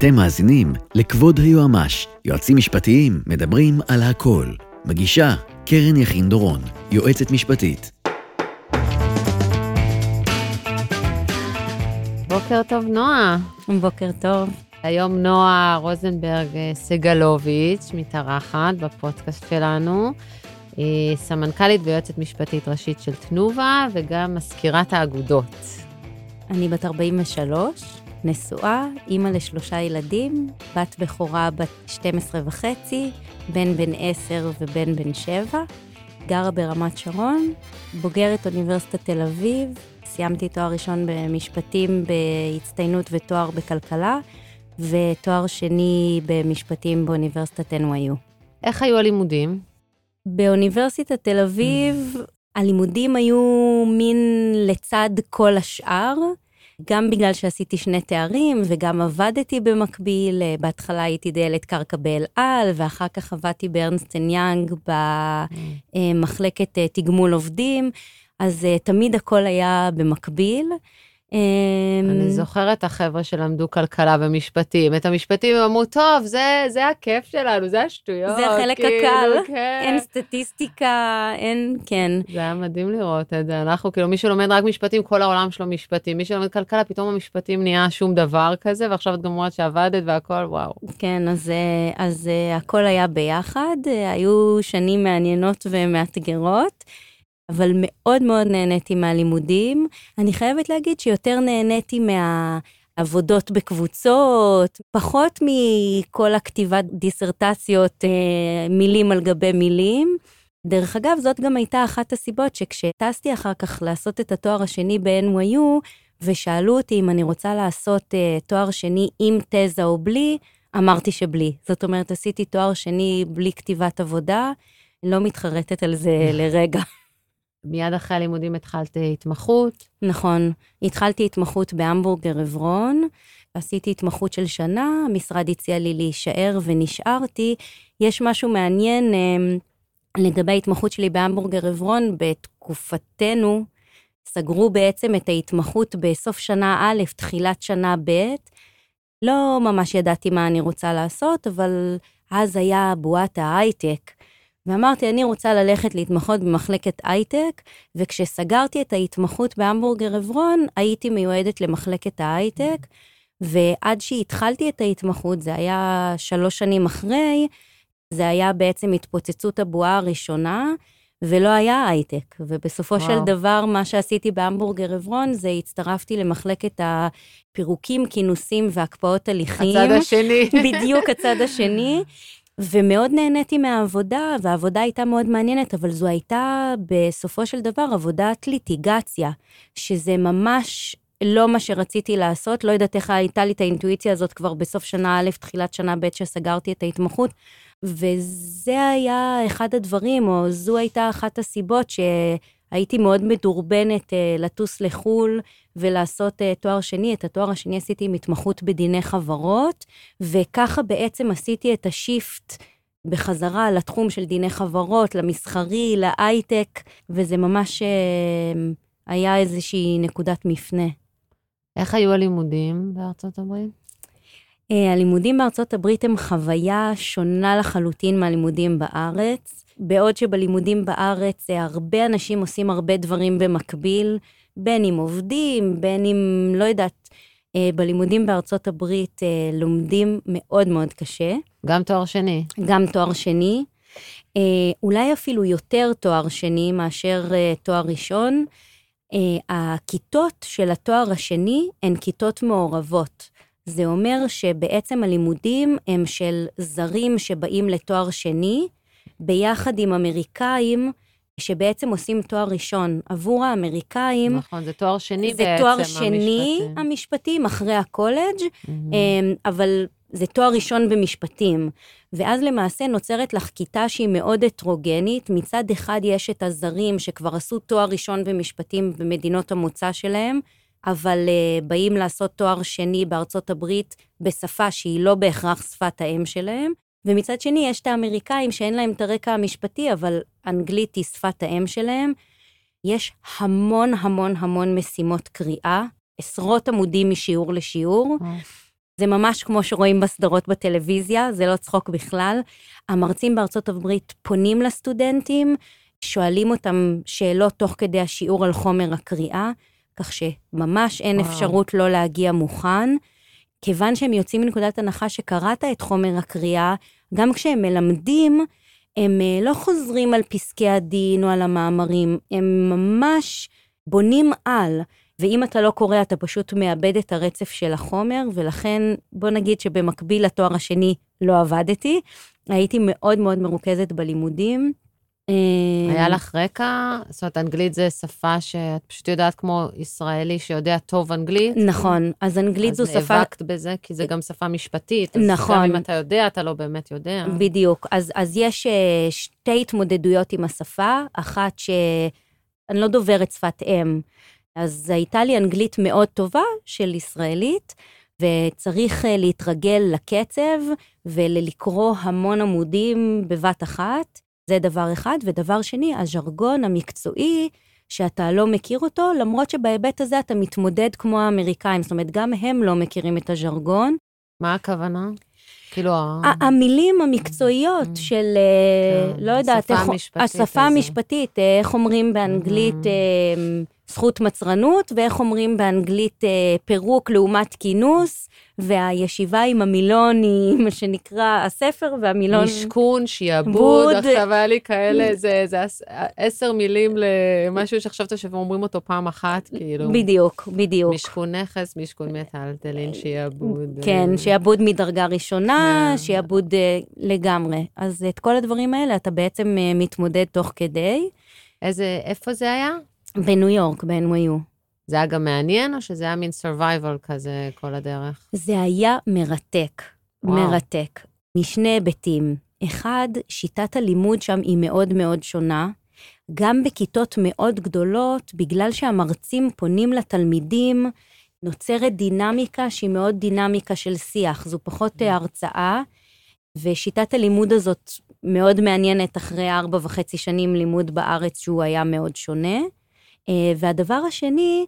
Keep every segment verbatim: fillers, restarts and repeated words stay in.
אתם מאזינים לכבוד היועמ"ש, יועצים משפטיים מדברים על הכל. מגישה קרן יכין דורון, יועצת משפטית. בוקר טוב נועה. בוקר טוב. היום נועה רוזנברג סגלוביץ' מתארחת בפודקאסט שלנו, סמנכ"לית ויועצת משפטית ראשית של תנובה וגם מזכירת האגודות. אני בת ארבעים ושלוש, נשואה, אימא לשלושה ילדים, בת בכורה בת שתים עשרה וחצי, בן בן עשר ובן בן שבע, גרה ברמת שרון, בוגרת אוניברסיטת תל אביב, סיימתי תואר ראשון במשפטים בהצטיינות ותואר בכלכלה, ותואר שני במשפטים באוניברסיטת אן וואי יו. איך היו הלימודים? באוניברסיטת תל אביב, הלימודים היו מין לצד כל השאר, גם בגלל שעשיתי שני תארים וגם עבדתי במקביל. בהתחלה הייתי דיילת קרקע באל על, ואחר כך עבדתי בארנסט אנד יאנג במחלקת תגמול עובדים, אז תמיד הכל היה במקביל. אני זוכרת החבר'ה שלמדו כלכלה ומשפטים. את המשפטים הם אמרו, טוב, זה, זה הכיף שלנו, זה השטויות. זה החלק כאילו, הקל, כן. אין סטטיסטיקה, אין, כן. זה היה מדהים לראות את זה. אנחנו, כאילו, מי שלומד רק משפטים, כל העולם שלו משפטים. מי שלומד כלכלה, פתאום המשפטים נהיה שום דבר כזה, ועכשיו את גם אומרת שעבדת והכל, וואו. כן, אז, אז הכל היה ביחד. היו שנים מעניינות ומאתגרות. אבל מאוד מאוד נהניתי מהלימודים. אני חייבת להגיד שיותר נהניתי מהעבודות בקבוצות, פחות מכל הכתיבת דיסרטציות, מילים על גבי מילים. דרך אגב, זאת גם הייתה אחת הסיבות שכשטסתי אחר כך לעשות את התואר השני ב-אן וואי יו, ושאלו אותי אם אני רוצה לעשות תואר שני עם תזה או בלי, אמרתי שבלי. זאת אומרת, עשיתי תואר שני בלי כתיבת עבודה, לא מתחרטת על זה לרגע. מיד אחרי הלימודים התחלת התמחות. נכון, התחלתי התמחות בהמבורגר עברון, עשיתי התמחות של שנה, המשרד הציע לי להישאר ונשארתי. יש משהו מעניין לגבי ההתמחות שלי בהמבורגר עברון, בתקופתנו סגרו בעצם את ההתמחות בסוף שנה א', תחילת שנה ב', לא ממש ידעתי מה אני רוצה לעשות, אבל אז היה בועת ההייטק, ואמרתי, אני רוצה ללכת להתמחות במחלקת הייטק, וכשסגרתי את ההתמחות בהמבורגר עברון, הייתי מיועדת למחלקת ההייטק, ועד שהתחלתי את ההתמחות, זה היה שלוש שנים אחרי, זה היה בעצם התפוצצות הבועה הראשונה, ולא היה הייטק. ובסופו וואו. של דבר, מה שעשיתי בהמבורגר עברון, זה הצטרפתי למחלקת הפירוקים, כינוסים והקפאות הליכים. הצד השני. בדיוק הצד השני. ומאוד נהניתי מהעבודה, והעבודה הייתה מאוד מעניינת, אבל זו הייתה בסופו של דבר עבודת ליטיגציה, שזה ממש לא מה שרציתי לעשות, לא יודעת איך הייתה לי את האינטואיציה הזאת כבר בסוף שנה א', תחילת שנה ב' שסגרתי את ההתמחות, וזה היה אחד הדברים, או זו הייתה אחת הסיבות שהייתי מאוד מדורבנת לטוס לחול ולעשות תואר שני. את התואר השני עשיתי עם התמחות בדיני חברות, וככה בעצם עשיתי את השיפט בחזרה לתחום של דיני חברות, למסחרי, להייטק, וזה ממש היה איזושהי נקודת מפנה. איך היו הלימודים בארצות הברית? הלימודים בארצות הברית הם חוויה שונה לחלוטין מהלימודים בארץ, בעוד שבלימודים בארץ הרבה אנשים עושים הרבה דברים במקביל, בין אם עובדים, בין אם, לא יודעת, בלימודים בארצות הברית לומדים מאוד מאוד קשה. גם תואר שני. גם תואר שני. אולי אפילו יותר תואר שני מאשר תואר ראשון. הכיתות של התואר השני הן כיתות מעורבות. זה אומר שבעצם הלימודים הם של זרים שבאים לתואר שני, ביחד עם אמריקאים שבעצם עושים תואר ראשון. עבור האמריקאים, נכון, זה תואר שני זה בעצם. זה תואר שני המשפטים, המשפטים אחרי הקולג', mm-hmm. אבל זה תואר ראשון במשפטים. ואז למעשה נוצרת לך כיתה שהיא מאוד הטרוגנית. מצד אחד יש את הזרים שכבר עשו תואר ראשון במשפטים במדינות המוצא שלהם, אבל uh, באים לעשות תואר שני בארצות הברית בשפה שהיא לא בהכרח שפת האם שלהם, ומצד שני יש את האמריקאים שאין להם את הרקע המשפטי, אבל אנגלית היא שפת האם שלהם. יש המון המון המון משימות קריאה, עשרות עמודים משיעור לשיעור, זה ממש כמו שרואים בסדרות בטלוויזיה, זה לא צחוק בכלל. המרצים בארצות הברית פונים לסטודנטים, שואלים אותם שאלות תוך כדי השיעור על חומר הקריאה, כך שממש אין וואו. אפשרות לא להגיע מוכן. כיוון שהם יוצאים מנקודת הנחה שקראת את חומר הקריאה, גם כשהם מלמדים, הם לא חוזרים על פסקי הדין או על המאמרים, הם ממש בונים על, ואם אתה לא קורא, אתה פשוט מאבד את הרצף של החומר, ולכן בוא נגיד שבמקביל לתואר השני לא עבדתי, הייתי מאוד מאוד מרוכזת בלימודים. היה לך רקע? זאת אומרת, אנגלית זה שפה שאת פשוט יודעת כמו ישראלי שיודע טוב אנגלית? נכון, אז אנגלית זו שפה... אז נאבקת בזה, כי זה גם שפה משפטית. נכון. אז גם אם אתה יודע, אתה לא באמת יודע. בדיוק. אז, אז יש שתי התמודדויות עם השפה, אחת שאני לא דוברת שפת אם, אז הייתה לי אנגלית מאוד טובה של ישראלית, וצריך להתרגל לקצב ולקרוא המון עמודים בבת אחת. זה דבר אחד, ודבר שני, הז'רגון המקצועי, שאתה לא מכיר אותו, למרות שבהיבט הזה אתה מתמודד כמו האמריקאים, זאת אומרת, גם הם לא מכירים את הז'רגון. מה הכוונה? כאילו... המילים המקצועיות של, לא יודעת, השפה המשפטית, איך אומרים באנגלית זכות מצרנות, ואיך אומרים באנגלית פירוק לעומת כינוס, והישיבה עם המילון היא מה שנקרא הספר, והמילון... משכון, שיעבוד, עכשיו היה לי כאלה, זה, זה עשר מילים למשהו שחשבת שאומרים אותו פעם אחת, כאילו... בדיוק, בדיוק. משכון נכס, משכון מטלטלין, שיעבוד. כן, שיעבוד מדרגה ראשונה, שיעבוד לגמרי. אז את כל הדברים האלה אתה בעצם מתמודד תוך כדי. איזה, איפה זה היה? בניו יורק, ב-אן וואי יו. זה היה גם מעניין, או שזה היה מין survival כזה כל הדרך? זה היה מרתק, וואו. מרתק. משני היבטים. אחד, שיטת הלימוד שם היא מאוד מאוד שונה. גם בכיתות מאוד גדולות, בגלל שהמרצים פונים לתלמידים, נוצרת דינמיקה שהיא מאוד דינמיקה של שיח. זו פחות הרצאה, ושיטת הלימוד הזאת מאוד מעניינת אחרי ארבע וחצי שנים לימוד בארץ שהוא היה מאוד שונה. והדבר השני,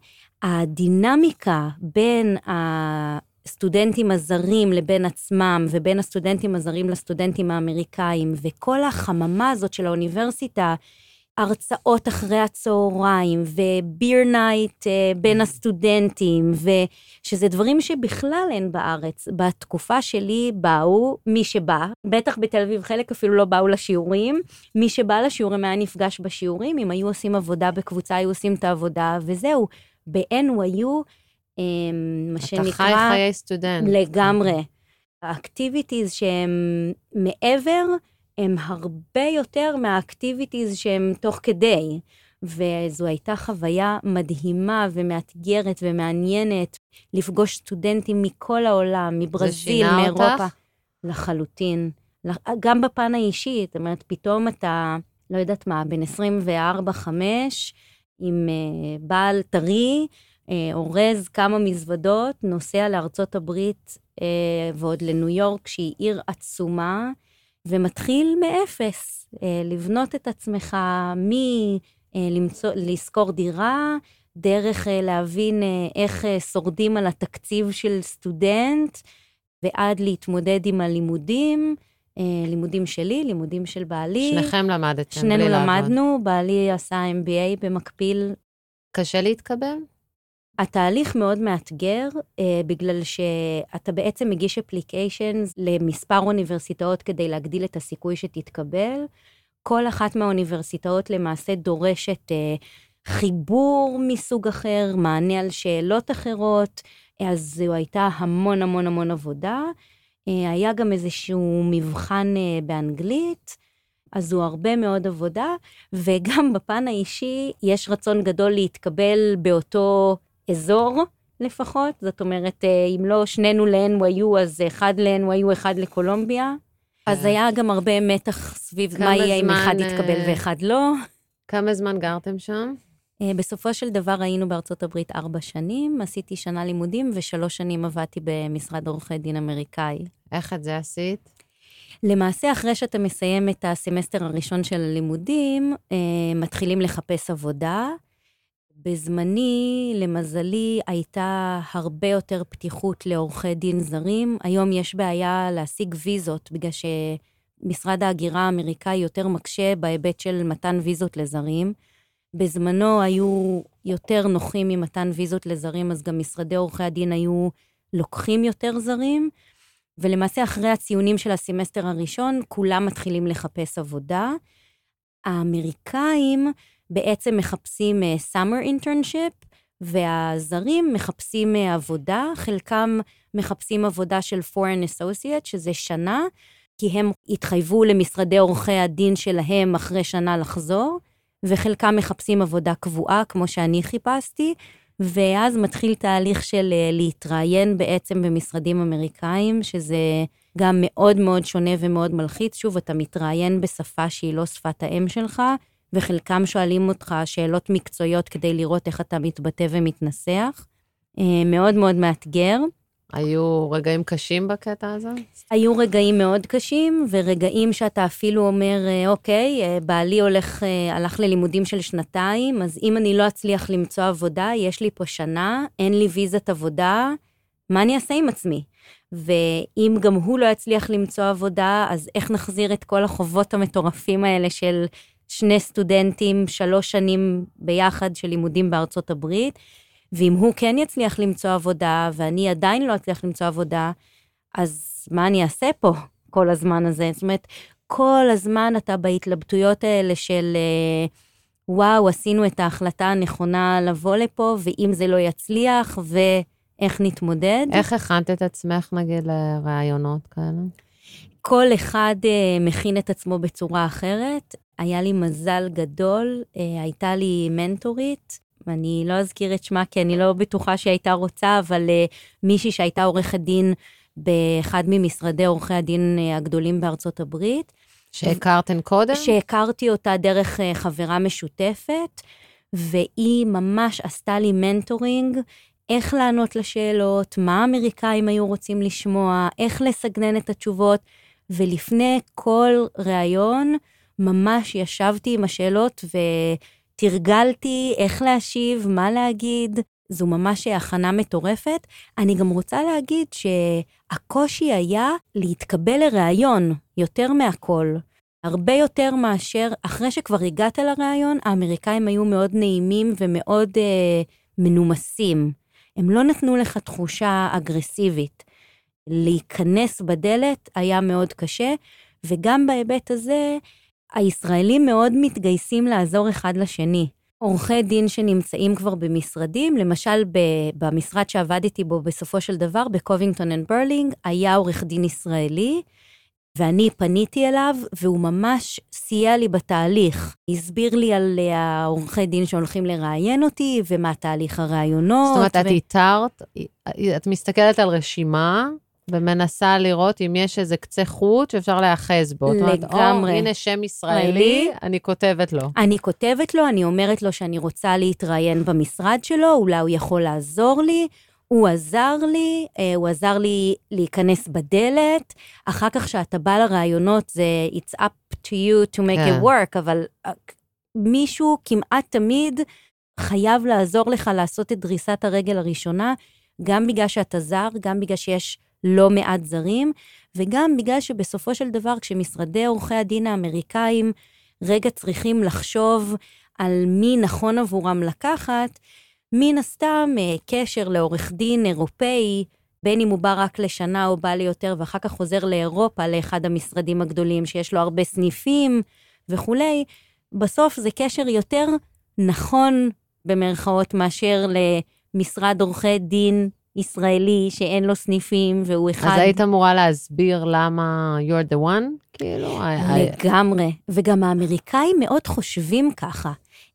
הדינמיקה בין הסטודנטים הזרים לבין עצמם, ובין הסטודנטים הזרים לסטודנטים האמריקאים, וכל החממה הזאת של האוניברסיטה, הרצאות אחרי הצהריים, וביר נייט בין הסטודנטים, ושזה דברים שבכלל אין בארץ. בתקופה שלי באו מי שבא, בטח בתל אביב חלק אפילו לא באו לשיעורים, מי שבא לשיעורים היה נפגש בשיעורים, אם היו עושים עבודה בקבוצה, היו עושים את העבודה, וזהו. ב-אן וואי יו, מה שנקרא... אתה חי חיי סטודנט. לגמרי. האקטיביטיז שהם מעבר, הם הרבה יותר מהאקטיביטיז שהם תוך כדי, וזו הייתה חוויה מדהימה ומאתגרת ומעניינת, לפגוש סטודנטים מכל העולם, מברזיל, מאירופה. אותך? לחלוטין. גם בפן האישי, זאת אומרת, פתאום אתה, לא יודעת מה, בין עשרים וארבע חמש, עם uh, בעל טרי, uh, אורז כמה מזוודות, נוסע לארצות הברית, uh, ועוד לניו יורק, שהיא עיר עצומה, ומתחיל מאפס, לבנות את עצמך, מלזכור דירה, דרך להבין איך שורדים על התקציב של סטודנט, ועד להתמודד עם הלימודים, לימודים שלי, לימודים של בעלי. שניכם למדתם. שנינו למדנו, בעלי עשה אם בי איי במקביל. קשה להתקבל? התהליך מאוד מאתגר, אה, בגלל שאתה בעצם מגיש אפליקיישנס למספר אוניברסיטאות כדי להגדיל את הסיכוי שתתקבל. כל אחת מהאוניברסיטאות למעשה דורשת אה, חיבור מסוג אחר, מענה על שאלות אחרות, אז זו הייתה המון המון המון עבודה. אה, היה גם איזשהו מבחן אה, באנגלית, אז זו הרבה מאוד עבודה, וגם בפן האישי יש רצון גדול להתקבל באותו אזור לפחות, זאת אומרת, אם לא שנינו ל-אן וואי יו, אז אחד ל-אן וואי יו, אחד לקולומביה. אז היה גם הרבה מתח סביב מה יהיה אם אחד יתקבל ואחד לא. כמה זמן גרתם שם? בסופו של דבר היינו בארצות הברית ארבע שנים, עשיתי שנה לימודים ושלוש שנים עבדתי במשרד עורכי דין אמריקאי. איך את זה עשית? למעשה, אחרי שאתה מסיים את הסמסטר הראשון של הלימודים, מתחילים לחפש עבודה, בזמני, למזלי, הייתה הרבה יותר פתיחות לעורכי דין זרים. היום יש בעיה להשיג ויזות, בגלל שמשרד ההגירה האמריקאי יותר מקשה בהיבט של מתן ויזות לזרים. בזמנו היו יותר נוחים ממתן ויזות לזרים, אז גם משרדי עורכי הדין היו לוקחים יותר זרים, ולמעשה אחרי הציונים של הסמסטר הראשון, כולם מתחילים לחפש עבודה. האמריקאים בעצם מחפשים summer internship, והזרים מחפשים עבודה, חלקם מחפשים עבודה של foreign associate, שזה שנה, כי הם התחייבו למשרדי עורכי הדין שלהם אחרי שנה לחזור, וחלקם מחפשים עבודה קבועה, כמו שאני חיפשתי, ואז מתחיל תהליך של להתראיין בעצם במשרדים אמריקאים, שזה גם מאוד מאוד שונה ומאוד מלחיץ. שוב, אתה מתראיין בשפה שהיא לא שפת האם שלך, וחלקם שואלים אותך שאלות מקצועיות כדי לראות איך אתה מתבטא ומתנסח. מאוד מאוד מאתגר. היו רגעים קשים בקטע הזה? היו רגעים מאוד קשים, ורגעים שאתה אפילו אומר, אוקיי, בעלי הולך, הלך ללימודים של שנתיים, אז אם אני לא אצליח למצוא עבודה, יש לי פה שנה, אין לי ויזת עבודה, מה אני אעשה עם עצמי? ואם גם הוא לא יצליח למצוא עבודה, אז איך נחזיר את כל החובות המטורפים האלה של שני סטודנטים, שלוש שנים ביחד של לימודים בארצות הברית, ואם הוא כן יצליח למצוא עבודה, ואני עדיין לא אצליח למצוא עבודה, אז מה אני אעשה פה כל הזמן הזה? זאת אומרת, כל הזמן אתה בהתלבטויות האלה של, וואו, עשינו את ההחלטה הנכונה לבוא לפה, ואם זה לא יצליח, ואיך נתמודד? איך הכנת את עצמך, נגיד, לרעיונות כאלה? כל אחד מכין את עצמו בצורה אחרת. היה לי מזל גדול, הייתה לי מנטורית, אני לא אזכיר את שמה, כי אני לא בטוחה שהיא הייתה רוצה, אבל uh, מישהי שהייתה עורכת דין באחד ממשרדי עורכי הדין uh, הגדולים בארצות הברית. שהכרתן קודם? שהכרתי אותה דרך uh, חברה משותפת, והיא ממש עשתה לי מנטורינג, איך לענות לשאלות, מה האמריקאים היו רוצים לשמוע, איך לסגנן את התשובות, ולפני כל ראיון, ממש ישבתי עם השאלות ו... תרגלתי איך להשיב, מה להגיד, זו ממש הכנה מטורפת. אני גם רוצה להגיד שהקושי היה להתקבל לראיון יותר מהכל. הרבה יותר מאשר, אחרי שכבר הגעת לראיון, האמריקאים היו מאוד נעימים ומאוד אה, מנומסים. הם לא נתנו לך תחושה אגרסיבית. להיכנס בדלת היה מאוד קשה, וגם בהיבט הזה, הישראלים מאוד מתגייסים לעזור אחד לשני. עורכי דין שנמצאים כבר במשרדים, למשל במשרד שעבדתי בו בסופו של דבר, בקובינגטון אנד ברלינג, היה עורך דין ישראלי, ואני פניתי אליו, והוא ממש סייע לי בתהליך. הסביר לי על העורכי דין שהולכים לראיין אותי, ומה תהליך הרעיונות. זאת אומרת, ו... את איתרת, את מסתכלת על רשימה, ומנסה לראות אם יש איזה קצה חוט שאפשר להאחז בו. לגמרי. או, הנה שם ישראלי, אני כותבת לו. אני כותבת לו, אני אומרת לו שאני רוצה להתראיין במשרד שלו, אולי הוא יכול לעזור לי, הוא עזר לי, הוא עזר לי להיכנס בדלת, אחר כך שאתה בא לרעיונות, זה it's up to you to make it work, אבל מישהו כמעט תמיד חייב לעזור לך לעשות את דריסת הרגל הראשונה, גם בגלל שאתה זר, גם בגלל שיש לא מעט זרים, וגם בגלל שבסופו של דבר, כשמשרדי עורכי הדין האמריקאים רגע צריכים לחשוב על מי נכון עבורם לקחת, מן הסתם קשר לעורך דין אירופאי, בין אם הוא בא רק לשנה או בא ליותר, ואחר כך חוזר לאירופה, לאחד המשרדים הגדולים שיש לו הרבה סניפים וכולי, בסוף זה קשר יותר נכון במרכאות מאשר למשרד עורכי דין ישראלי שאין לו סניפים והוא אחד... אז היית אמורה להסביר למה you're the one? כאילו... לגמרי. וגם האמריקאים מאוד חושבים ככה.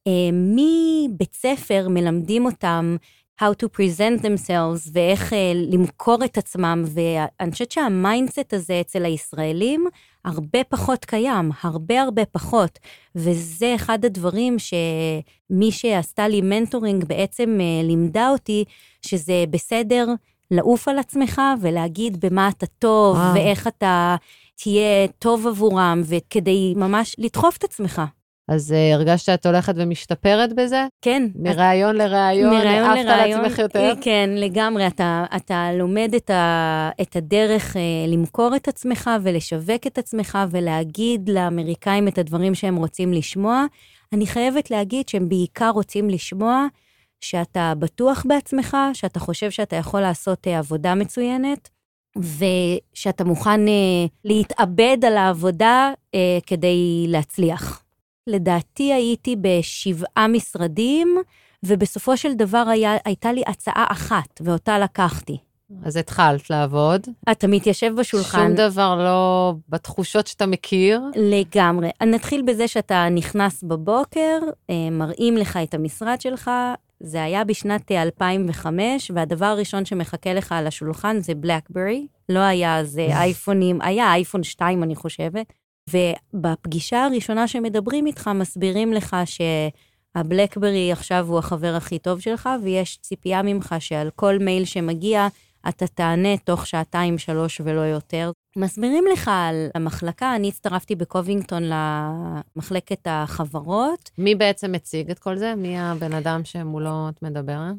מבית ספר מלמדים אותם how to present themselves ואיך למכור את עצמם, ואני חושבת שהמיינדסט הזה אצל הישראלים הרבה פחות קיים, הרבה הרבה פחות, וזה אחד הדברים שמי שעשתה לי מנטורינג בעצם לימדה אותי, שזה בסדר לעוף על עצמך ולהגיד במה אתה טוב, וואו. ואיך אתה תהיה טוב עבורם, וכדי ממש לדחוף את עצמך. אז uh, הרגשת שאת הולכת ומשתפרת בזה? כן. מרעיון לרעיון, מרעיון אהבת לרעיון, על עצמך יותר? כן, לגמרי. אתה, אתה לומד את, ה, את הדרך אה, למכור את עצמך ולשווק את עצמך ולהגיד לאמריקאים את הדברים שהם רוצים לשמוע. אני חייבת להגיד שהם בעיקר רוצים לשמוע שאתה בטוח בעצמך, שאתה חושב שאתה יכול לעשות אה, עבודה מצוינת, ושאתה מוכן אה, להתאבד על העבודה אה, כדי להצליח. לדעתי הייתי בשבעה משרדים, ובסופו של דבר היה, הייתה לי הצעה אחת, ואותה לקחתי. אז התחלת לעבוד. אתה מתיישב בשולחן. שום דבר לא בתחושות שאתה מכיר. לגמרי. נתחיל בזה שאתה נכנס בבוקר, מראים לך את המשרד שלך, זה היה בשנת אלפיים וחמש, והדבר הראשון שמחכה לך על השולחן זה בלקברי, לא היה זה אייפונים, היה אייפון שתיים אני חושבת, ובפגישה הראשונה שמדברים איתך, מסבירים לך שהבלקברי עכשיו הוא החבר הכי טוב שלך, ויש ציפייה ממך שעל כל מייל שמגיע, אתה תענה תוך שעתיים שלוש ולא יותר. מסבירים לך על המחלקה, אני הצטרפתי בקובינגטון למחלקת החברות. מי בעצם מציג את כל זה? מי הבן אדם שמולו את מדברת?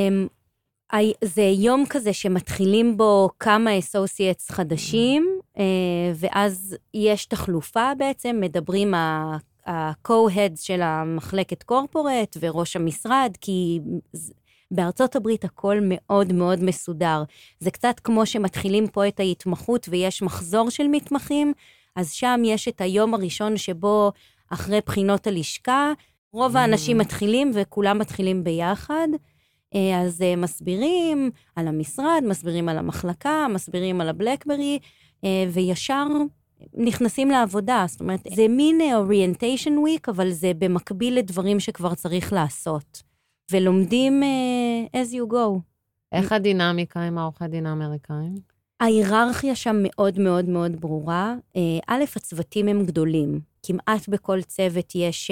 זה יום כזה שמתחילים בו כמה אסוסייטס חדשים, ואז יש תחלופה בעצם, מדברים ה-co-heads של המחלקת קורפורט וראש המשרד, כי בארצות הברית הכל מאוד מאוד מסודר. זה קצת כמו שמתחילים פה את ההתמחות ויש מחזור של מתמחים, אז שם יש את היום הראשון שבו אחרי בחינות הלשכה, רוב האנשים מתחילים וכולם מתחילים ביחד, אז מסבירים על המשרד, מסבירים על המחלקה, מסבירים על הבלקברי, וישר נכנסים לעבודה. זאת אומרת, זה מין orientation week, אבל זה במקביל לדברים שכבר צריך לעשות. ולומדים uh, as you go. איך הדינמיקה עם העורכי דין האמריקאים? ההיררכיה שם מאוד מאוד מאוד ברורה. א', הצוותים הם גדולים. כמעט בכל צוות יש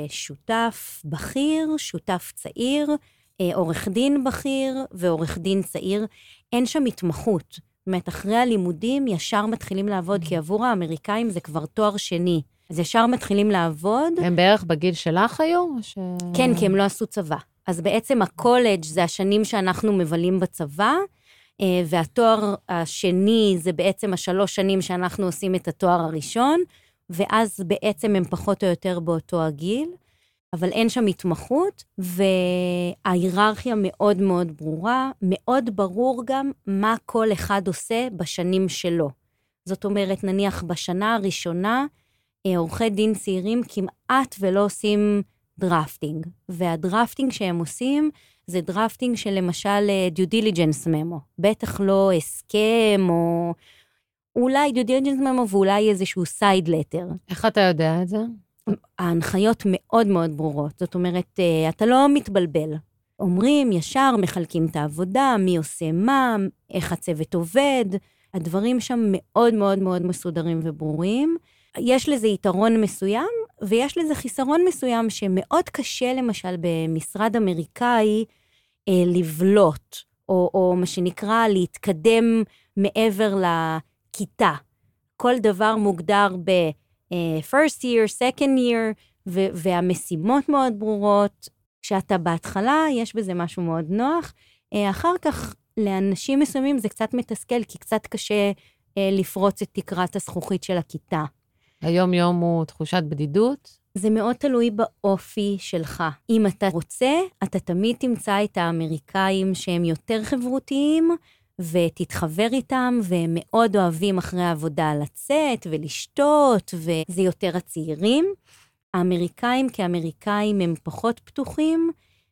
שותף בכיר, שותף צעיר, עורך דין בכיר ועורך דין צעיר. אין שם התמחות. זאת אומרת, אחרי הלימודים ישר מתחילים לעבוד, כי עבור האמריקאים זה כבר תואר שני. אז ישר מתחילים לעבוד. הם בערך בגיל שלך היו? ש... כן, כי הם לא עשו צבא. אז בעצם הקולג' זה השנים שאנחנו מבלים בצבא, והתואר השני זה בעצם השלוש שנים שאנחנו עושים את התואר הראשון, ואז בעצם הם פחות או יותר באותו הגיל, אבל אין שם התמחות, וההיררכיה מאוד מאוד ברורה, מאוד ברור גם מה כל אחד עושה בשנים שלו. זאת אומרת, נניח בשנה הראשונה, עורכי דין צעירים כמעט ולא עושים דרפטינג, והדרפטינג שהם עושים, זה דרפטינג של למשל due diligence memo, בטח לא הסכם, או אולי due diligence memo, ואולי איזשהו side letter. איך אתה יודע את זה? ההנחיות מאוד מאוד ברורות, זאת אומרת, אתה לא מתבלבל. אומרים, ישר מחלקים את העבודה, מי עושה מה, איך הצוות עובד, הדברים שם מאוד מאוד מאוד מסודרים וברורים. יש לזה יתרון מסוים, ויש לזה חיסרון מסוים שמאוד קשה, למשל, במשרד אמריקאי, אה, לבלוט, או, או מה שנקרא להתקדם מעבר לכיתה. כל דבר מוגדר ב-first year, second year, ו- והמשימות מאוד ברורות. כשאתה בהתחלה, יש בזה משהו מאוד נוח. אה, אחר כך, לאנשים מסוימים זה קצת מתסכל, כי קצת קשה אה, לפרוץ את תקרת הזכוכית של הכיתה. היום יום הוא תחושת בדידות? זה מאוד תלוי באופי שלך. אם אתה רוצה, אתה תמיד תמצא את האמריקאים שהם יותר חברותיים, ותתחבר איתם, והם מאוד אוהבים אחרי העבודה לצאת ולשתות, וזה יותר הצעירים. האמריקאים כאמריקאים הם פחות פתוחים,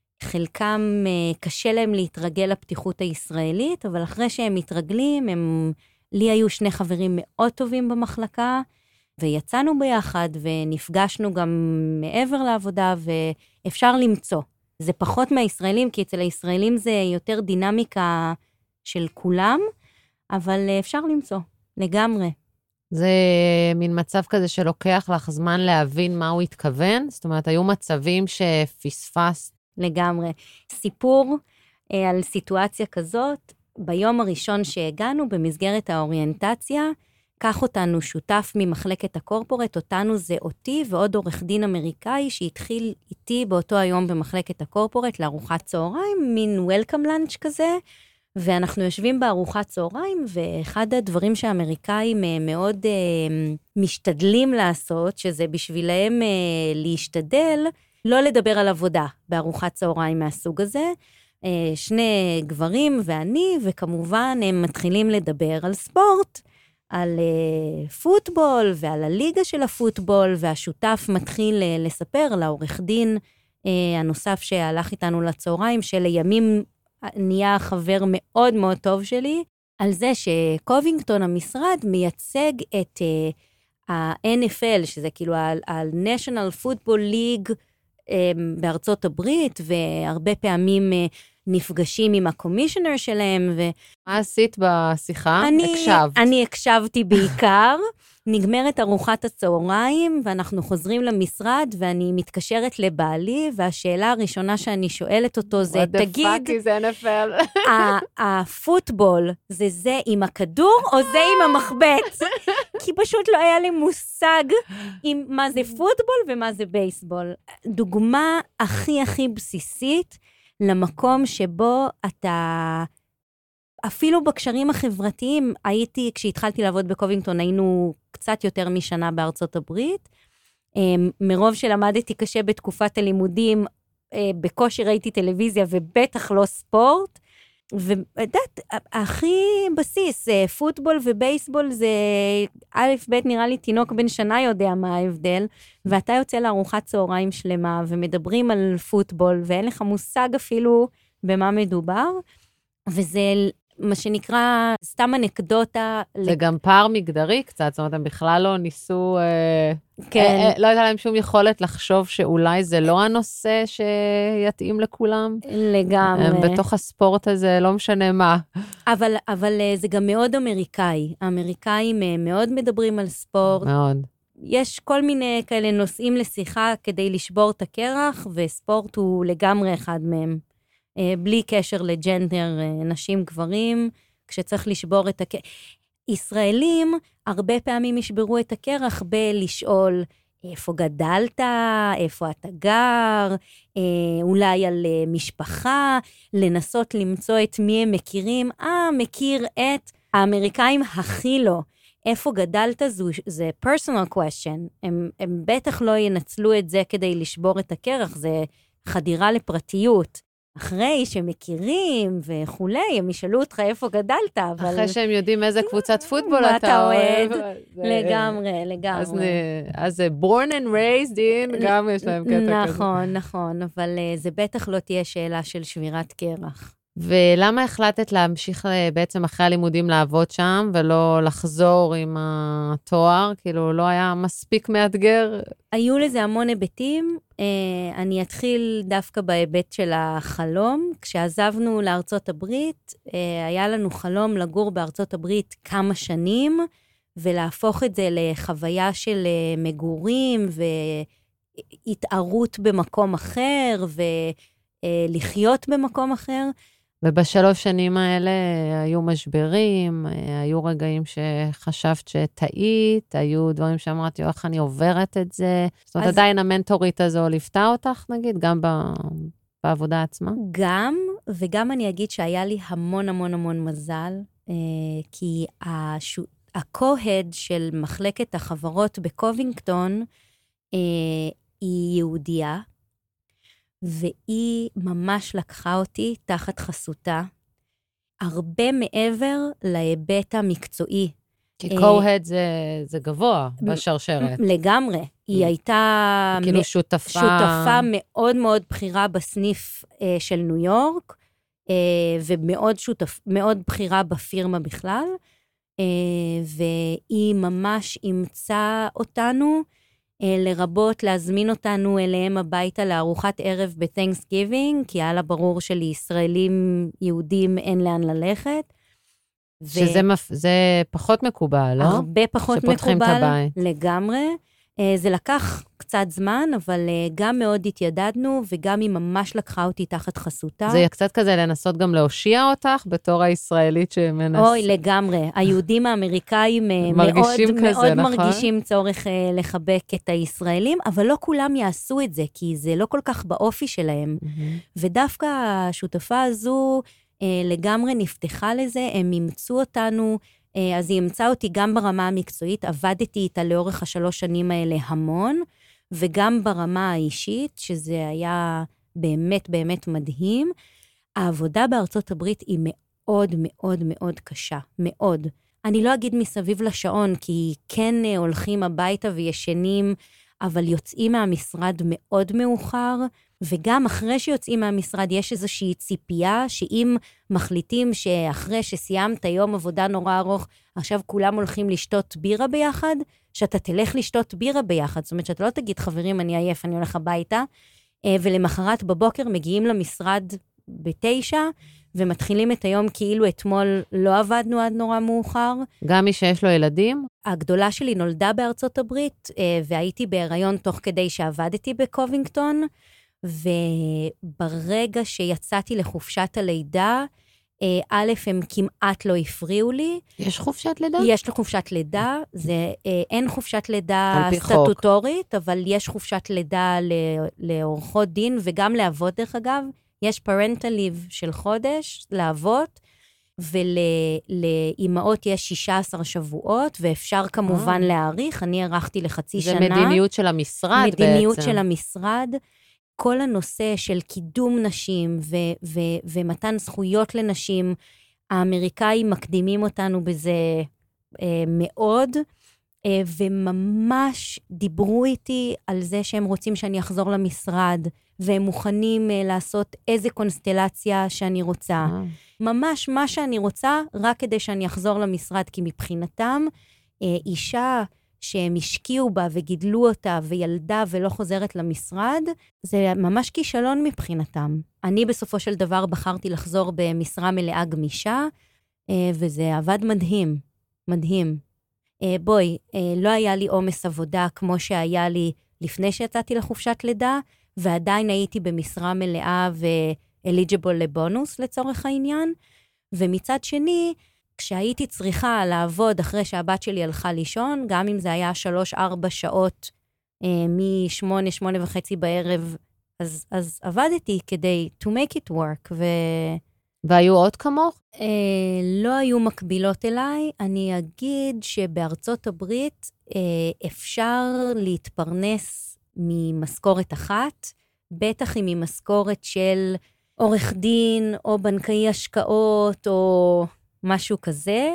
חלקם קשה להם להתרגל לפתיחות הישראלית, אבל אחרי שהם מתרגלים, הם... לי היו שני חברים מאוד טובים במחלקה, ויצאנו ביחד, ונפגשנו גם מעבר לעבודה, ואפשר למצוא. זה פחות מהישראלים, כי אצל הישראלים זה יותר דינמיקה של כולם, אבל אפשר למצוא, לגמרי. זה מין מצב כזה שלוקח לך זמן להבין מה הוא התכוון? זאת אומרת, היו מצבים שפספסת? לגמרי. סיפור אה, על סיטואציה כזאת, ביום הראשון שהגענו, במסגרת האוריינטציה, לקח אותנו שותף ממחלקת הקורפורט, אותנו זה אותי ועוד עורך דין אמריקאי שהתחיל איתי באותו היום במחלקת הקורפורט לארוחת צהריים, מין וולקאם לאנץ' כזה, ואנחנו יושבים בארוחת צהריים, ואחד הדברים שהאמריקאים מאוד uh, משתדלים לעשות, שזה בשבילהם uh, להשתדל, לא לדבר על עבודה בארוחת צהריים מהסוג הזה, uh, שני גברים ואני, וכמובן הם מתחילים לדבר על ספורט, על uh, פוטבול ועל הליגה של הפוטבול, והשותף מתחיל uh, לספר לעורך דין uh, הנוסף שהלך איתנו לצהריים, שלימים נהיה חבר מאוד מאוד טוב שלי, על זה שקובינגטון המשרד מייצג את uh, ה-אן אף אל, שזה כאילו ה-National Football League um, בארצות הברית, והרבה פעמים uh, נפגשים עם הקומישיונר שלהם. ו... מה עשית בשיחה? אני, הקשבת. אני הקשבתי בעיקר. נגמרת ארוחת הצהריים, ואנחנו חוזרים למשרד, ואני מתקשרת לבעלי, והשאלה הראשונה שאני שואלת אותו זה, תגיד, what the fuck is אן אף אל? הפוטבול, זה זה עם הכדור, או זה עם המחבט? כי פשוט לא היה לי מושג עם מה זה פוטבול ומה זה בייסבול. דוגמה הכי הכי בסיסית, למקום שבו אתה... אפילו בקשרים החברתיים, הייתי, כשהתחלתי לעבוד בקובינגטון, היינו קצת יותר משנה בארצות הברית. מרוב שלמדתי קשה בתקופת הלימודים, בקושי ראיתי טלוויזיה, ובטח לא ספורט. ודעת, הכי בסיס, פוטבול ובייסבול זה, א' ב' נראה לי תינוק בן שנה יודע מה ההבדל, ואתה יוצא לארוחת צהריים שלמה, ומדברים על פוטבול, ואין לך מושג אפילו במה מדובר, וזה מה שנקרא סתם אנקדוטה. זה גם פער מגדרי קצת, זאת אומרת, הם בכלל לא ניסו, כן. אה, אה, לא הייתה להם שום יכולת לחשוב שאולי זה לא הנושא שיתאים לכולם. לגמרי. הם בתוך הספורט הזה, לא משנה מה. אבל, אבל זה גם מאוד אמריקאי. האמריקאים מאוד מדברים על ספורט. מאוד. יש כל מיני כאלה נושאים לשיחה כדי לשבור את הקרח, וספורט הוא לגמרי אחד מהם. בלי קשר לג'נדר, נשים גברים, כשצריך לשבור את הקרח. ישראלים הרבה פעמים ישברו את הקרח בלשאול איפה גדלת, איפה אתה גר, אולי על משפחה, לנסות למצוא את מי הם מכירים. אה, מכיר את האמריקאים הכי לא. איפה גדלת זו, זה personal question. הם, הם בטח לא ינצלו את זה כדי לשבור את הקרח, זה חדירה לפרטיות. אחרי שמכירים וכולי, הם ישאלו אותך איפה גדלת, אבל... אחרי שהם יודעים איזה קבוצת פוטבול אתה אוהב. לגמרי, לגמרי. אז זה born and raised in, גם יש להם קטע כזה. נכון, נכון, אבל זה בטח לא תהיה שאלה של שבירת קרח. ולמה החלטת להמשיך בעצם אחרי הלימודים לעבוד שם, ולא לחזור עם התואר? כאילו, לא היה מספיק מאתגר? היו לזה המון היבטים. אני אתחיל דווקא בהיבט של החלום. כשעזבנו לארצות הברית, היה לנו חלום לגור בארצות הברית כמה שנים, ולהפוך את זה לחוויה של מגורים, והתערות במקום אחר, ולחיות במקום אחר. ובשלוש שנים האלה היו משברים, היו רגעים שחשבת שטעית, היו דברים שאמרתי, איך אני עוברת את זה. זאת אומרת, אז... עדיין המנטורית הזו ליפתה אותך, נגיד, גם ב... בעבודה עצמה? גם, וגם אני אגיד שהיה לי המון המון המון מזל, כי הש... הקו-הד של מחלקת החברות בקובינגטון היא יהודייה, והיא ממש לקחה אותי תחת חסותה, הרבה מעבר להיבט המקצועי. כי co-head זה, זה גבוה בשרשרת. לגמרי. היא הייתה כאילו שותפה... שותפה מאוד מאוד בחירה בסניף אה, של ניו יורק, אה, ומאוד שותף, מאוד בחירה בפירמה בכלל, אה, והיא ממש אימצה אותנו, לרבות להזמין אותנו אליהם הביתה לארוחת ערב ב-Thanksgiving, כי היה לה ברור שלישראלים יהודים אין לאן ללכת. שזה ו... מפ... זה פחות מקובל, לא? הרבה פחות מקובל, לגמרי. זה לקח קצת זמן, אבל גם מאוד התיידדנו, וגם היא ממש לקחה אותי תחת חסותה. זה קצת כזה לנסות גם להושיע אותך, בתור הישראלית שמנס... אוי, לגמרי. היהודים האמריקאים מאוד, כזה, מאוד נכון? מרגישים צורך לחבק את הישראלים, אבל לא כולם יעשו את זה, כי זה לא כל כך באופי שלהם. Mm-hmm. ודווקא השותפה הזו לגמרי נפתחה לזה, הם ימצאו אותנו, אז היא ימצא אותי גם ברמה המקצועית, עבדתי איתה לאורך השלוש שנים האלה המון, וגם ברמה האישית, שזה היה באמת באמת מדהים. העבודה בארצות הברית היא מאוד מאוד מאוד קשה, מאוד. אני לא אגיד מסביב לשעון, כי כן הולכים הביתה וישנים, אבל יוצאים מהמשרד מאוד מאוחר, וגם אחרי שיוצאים מהמשרד יש איזושהי ציפייה, שאם מחליטים שאחרי שסיימת יום עבודה נורא ארוך, עכשיו כולם הולכים לשתות בירה ביחד, שאתה תלך לשתות בירה ביחד. זאת אומרת שאתה לא תגיד, חברים, אני עייף, אני הולך הביתה, ולמחרת בבוקר מגיעים למשרד בתשע, ומתחילים את היום כאילו אתמול לא עבדנו עד נורא מאוחר. גם מי שיש לו ילדים? הגדולה שלי נולדה בארצות הברית, והייתי בהיריון תוך כדי שעבדתי בקובינגטון, וברגע שיצאתי לחופשת הלידה, א', הם כמעט לא הפריעו לי. יש חופשת לידה? יש לחופשת לידה, זה, אין חופשת לידה סטטוטורית, אבל יש חופשת לידה לעורכות דין, וגם לאבות דרך אגב, יש parental leave של חודש, לאבות, ולאימהות יש שישה עשר שבועות, ואפשר כמובן להאריך, אני ערכתי לחצי שנה. זה מדיניות של המשרד בעצם. מדיניות של המשרד. כל הנושא של קידום נשים ו- ו- ומתן זכויות לנשים, האמריקאים מקדימים אותנו בזה אה, מאוד, אה, וממש דיברו איתי על זה שהם רוצים שאני אחזור למשרד, והם מוכנים אה, לעשות איזה קונסטלציה שאני רוצה. אה. ממש מה שאני רוצה, רק כדי שאני אחזור למשרד, כי מבחינתם, אה, אישה שהם השקיעו בה וגידלו אותה וילדה ולא חוזרת למשרד, זה ממש כישלון מבחינתם. אני בסופו של דבר בחרתי לחזור במשרה מלאה גמישה, וזה עבד מדהים, מדהים. בואי, לא היה לי עומס עבודה כמו שהיה לי לפני שיצאתי לחופשת לידה, ועדיין הייתי במשרה מלאה ו-eligible לבונוס לצורך העניין, ומצד שני, כשהייתי צריכה לעבוד אחרי שהבת שלי הלכה לישון, גם אם זה היה שלוש, ארבע שעות אה, משמונה, שמונה וחצי בערב, אז, אז עבדתי כדי to make it work. ו... והיו עוד כמוך? אה, לא היו מקבילות אליי. אני אגיד שבארצות הברית אה, אפשר להתפרנס ממשכורת אחת, בטח אם היא משכורת של עורך דין, או בנקאי השקעות, או משהו כזה.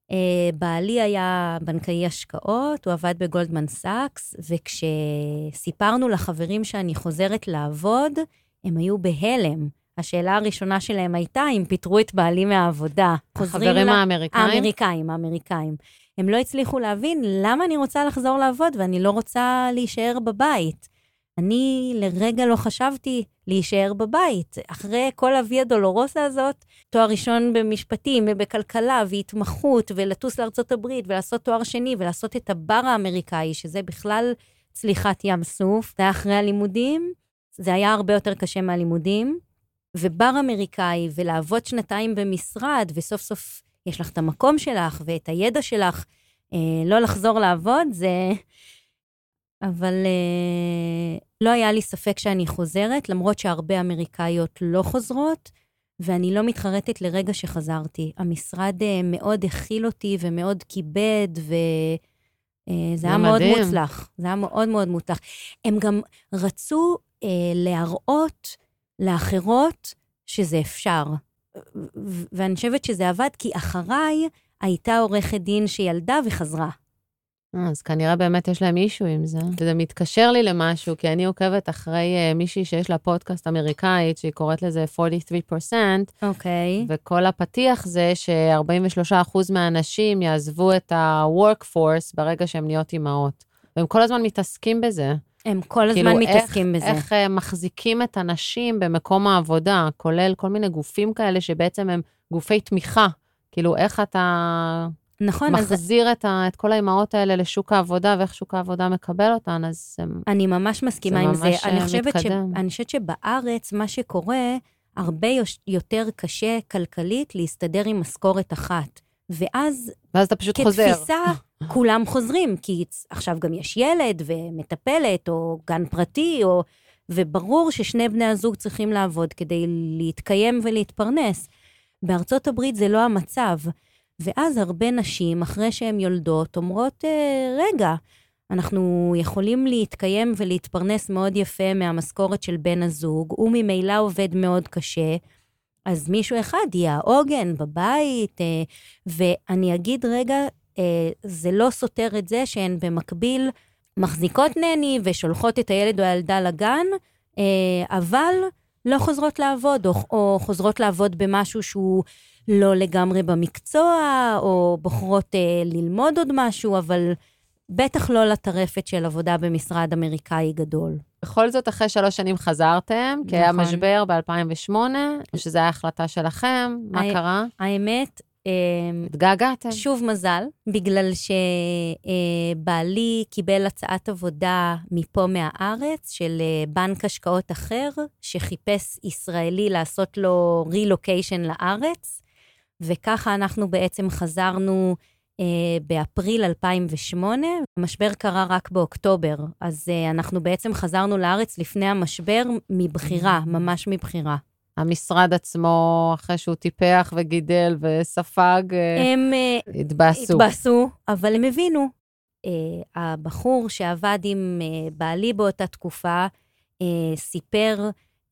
בעלי היה בנקאי השקעות, הוא עבד בגולדמן סאקס, וכשסיפרנו לחברים שאני חוזרת לעבוד, הם היו בהלם. השאלה הראשונה שלהם הייתה, אם פיתרו את בעלי מהעבודה. החברים לה... האמריקאים? האמריקאים, האמריקאים. הם לא הצליחו להבין למה אני רוצה לחזור לעבוד, ואני לא רוצה להישאר בבית. אני לרגע לא חשבתי להישאר בבית. אחרי כל הוויה דולורוסה הזאת, תואר ראשון במשפטים ובכלכלה והתמחות, ולטוס לארצות הברית ולעשות תואר שני, ולעשות את הבר האמריקאי, שזה בכלל צליחת ים סוף. זה היה אחרי הלימודים, זה היה הרבה יותר קשה מהלימודים, ובר אמריקאי, ולעבוד שנתיים במשרד, וסוף סוף יש לך את המקום שלך ואת הידע שלך, אה, לא לחזור לעבוד, זה... אבל אה, לא היה לי ספק שאני חוזרת, למרות שהרבה אמריקאיות לא חוזרות, ואני לא מתחרטת לרגע שחזרתי. המשרד אה, מאוד הכיל אותי ומאוד כיבד, וזה היה מאוד מוצלח. זה היה מאוד מאוד מוצלח. הם גם רצו אה, להראות לאחרות שזה אפשר. ואני חושבת שזה עבד, כי אחריי הייתה עורכת דין שילדה וחזרה. אז כנראה באמת יש להם אישו עם זה. זה מתקשר לי למשהו, כי אני עוקבת אחרי uh, מישהי שיש לה פודקאסט אמריקאית, שהיא קוראת לזה ארבעים ושלושה פרסנט, אוקיי. וכל הפתיח זה ש-ארבעים ושלושה אחוז מהאנשים יעזבו את ה-workforce ברגע שהם נהיות אימהות. והם כל הזמן מתעסקים בזה. הם כל הזמן כאילו מתעסקים איך, בזה. איך uh, מחזיקים את הנשים במקום העבודה, כולל כל מיני גופים כאלה שבעצם הם גופי תמיכה. כאילו איך אתה... נכון. מחזיר אז... את, ה, את כל האימהות האלה לשוק העבודה, ואיך שוק העבודה מקבל אותן, אז זה, אני ממש מסכימה זה עם זה. ממש אני חושבת, ש... מתקדם. אני חושבת שבארץ מה שקורה, הרבה יותר קשה כלכלית להסתדר עם משכורת אחת. ואז, ואז אתה פשוט חוזר. כתפיסה, כולם חוזרים, כי עכשיו גם יש ילד ומטפלת, או גן פרטי, או... וברור ששני בני הזוג צריכים לעבוד כדי להתקיים ולהתפרנס. בארצות הברית זה לא המצב. ואז הרבה נשים, אחרי שהן יולדות, אומרות, רגע, אנחנו יכולים להתקיים ולהתפרנס מאוד יפה מהמשכורת של בן הזוג, הוא ממילא עובד מאוד קשה, אז מישהו אחד יהיה העוגן בבית, ואני אגיד רגע, זה לא סותר את זה שהן במקביל מחזיקות נני ושולחות את הילד או הילדה לגן, אבל לא חוזרות לעבוד, או, או חוזרות לעבוד במשהו שהוא לא לגמרי במקצוע, או בוחרות ללמוד עוד משהו, אבל בטח לא לטרפת של עבודה במשרד אמריקאי גדול. בכל זאת, אחרי שלוש שנים חזרתם, כי היה משבר ב-אלפיים ושמונה, או שזו הייתה החלטה שלכם, מה קרה? האמת, התגעגעתם. שוב מזל, בגלל שבעלי קיבל הצעת עבודה מפה מהארץ, של בנק השקעות אחר, שחיפש ישראלי לעשות לו רילוקיישן לארץ, וככה אנחנו בעצם חזרנו באפריל אלפיים ושמונה, המשבר קרה רק באוקטובר, אז אנחנו בעצם חזרנו לארץ לפני המשבר מבחירה, ממש מבחירה. המשרד עצמו, אחרי שהוא טיפח וגידל וספג, הם התבאסו. התבאסו, אבל הם הבינו. הבחור שעבד עם בעלי באותה תקופה, סיפר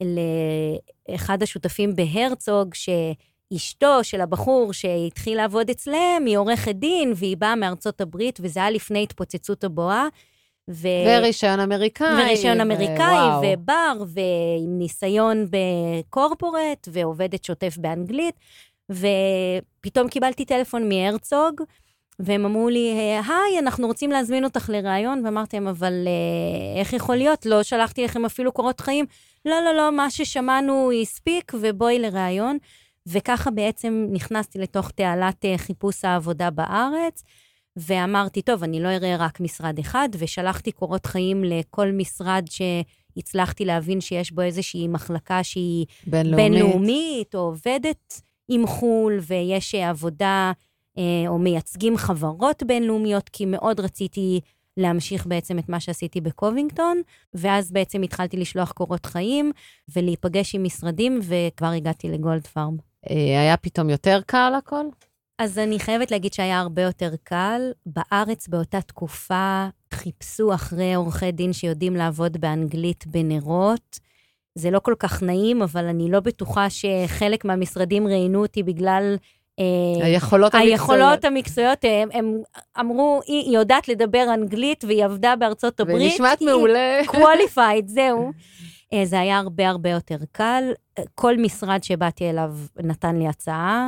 לאחד השותפים בהרצוג, שאשתו של הבחור שהתחיל לעבוד אצלם, היא עורכת דין, והיא באה מארצות הברית, וזה היה לפני התפוצצות הבועה, ו... ורישיון אמריקאי. ורישיון אמריקאי, ו... ובר, ועם ניסיון בקורפורט, ועובדת שוטף באנגלית, ופתאום קיבלתי טלפון מהרצוג, והם אמרו לי, היי, אנחנו רוצים להזמין אותך לראיון, ואמרתם, אבל איך יכול להיות? לא שלחתי לכם אפילו קורות חיים. לא, לא, לא, מה ששמענו הספיק, ובואי לראיון. וככה בעצם נכנסתי לתוך תעלת חיפוש העבודה בארץ, ואמרתי, טוב, אני לא אראה רק משרד אחד, ושלחתי קורות חיים לכל משרד שהצלחתי להבין שיש בו איזושהי מחלקה שהיא בינלאומית, בינלאומית או עובדת עם חול, ויש עבודה או מייצגים חברות בינלאומיות, כי מאוד רציתי להמשיך בעצם את מה שעשיתי בקובינגטון, ואז בעצם התחלתי לשלוח קורות חיים, ולהיפגש עם משרדים, וכבר הגעתי לגולד פארם. היה פתאום יותר קל הכל? אז אני חייבת להגיד שהיה הרבה יותר קל. בארץ באותה תקופה חיפשו אחרי עורכי דין שיודעים לעבוד באנגלית בנרות. זה לא כל כך נעים, אבל אני לא בטוחה שחלק מהמשרדים ראיינו אותי בגלל היכולות המקצועיות. היכולות המקצועיות, הם, הם אמרו, היא יודעת לדבר אנגלית, והיא עבדה בארצות הברית. ונשמעת מעולה. qualified, זהו. זה היה הרבה הרבה יותר קל. כל משרד שבאתי אליו נתן לי הצעה.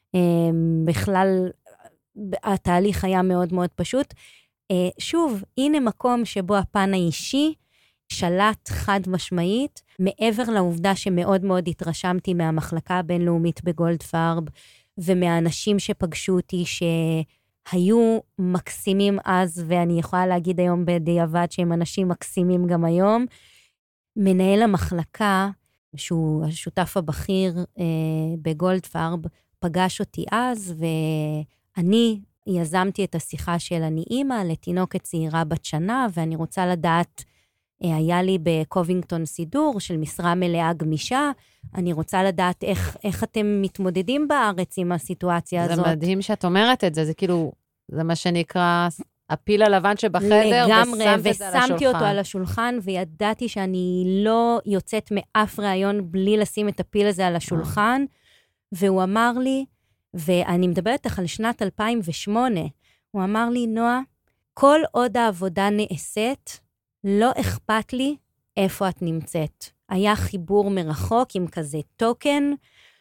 בכלל, התהליך היה מאוד מאוד פשוט. שוב, הנה מקום שבו הפן האישי שלט חד משמעית, מעבר לעובדה שמאוד מאוד התרשמתי מהמחלקה הבינלאומית בגולד פארב, ומהאנשים שפגשו אותי שהיו מקסימים אז, ואני יכולה להגיד היום בדיעבד שהם אנשים מקסימים גם היום. מנהל המחלקה, שהוא השותף הבכיר אה, בגולד פארב, פגש אותי אז, ואני יזמתי את השיחה של אני אימא לתינוקת צעירה בת שנה, ואני רוצה לדעת, היה לי בקובינגטון סידור של משרה מלאה גמישה, אני רוצה לדעת איך, איך אתם מתמודדים בארץ עם הסיטואציה זה הזאת. זה מדהים שאת אומרת את זה, זה כאילו, זה מה שנקרא הפיל הלבן שבחדר, לגמרי, ושמת את זה על השולחן. ושמתי אותו על השולחן, וידעתי שאני לא יוצאת מאף רעיון בלי לשים את הפיל הזה על השולחן, והוא אמר לי, ואני מדברת לך על שנת אלפיים ושמונה, הוא אמר לי, נועה, כל עוד העבודה נעשית, לא אכפת לי איפה את נמצאת. היה חיבור מרחוק עם כזה טוקן,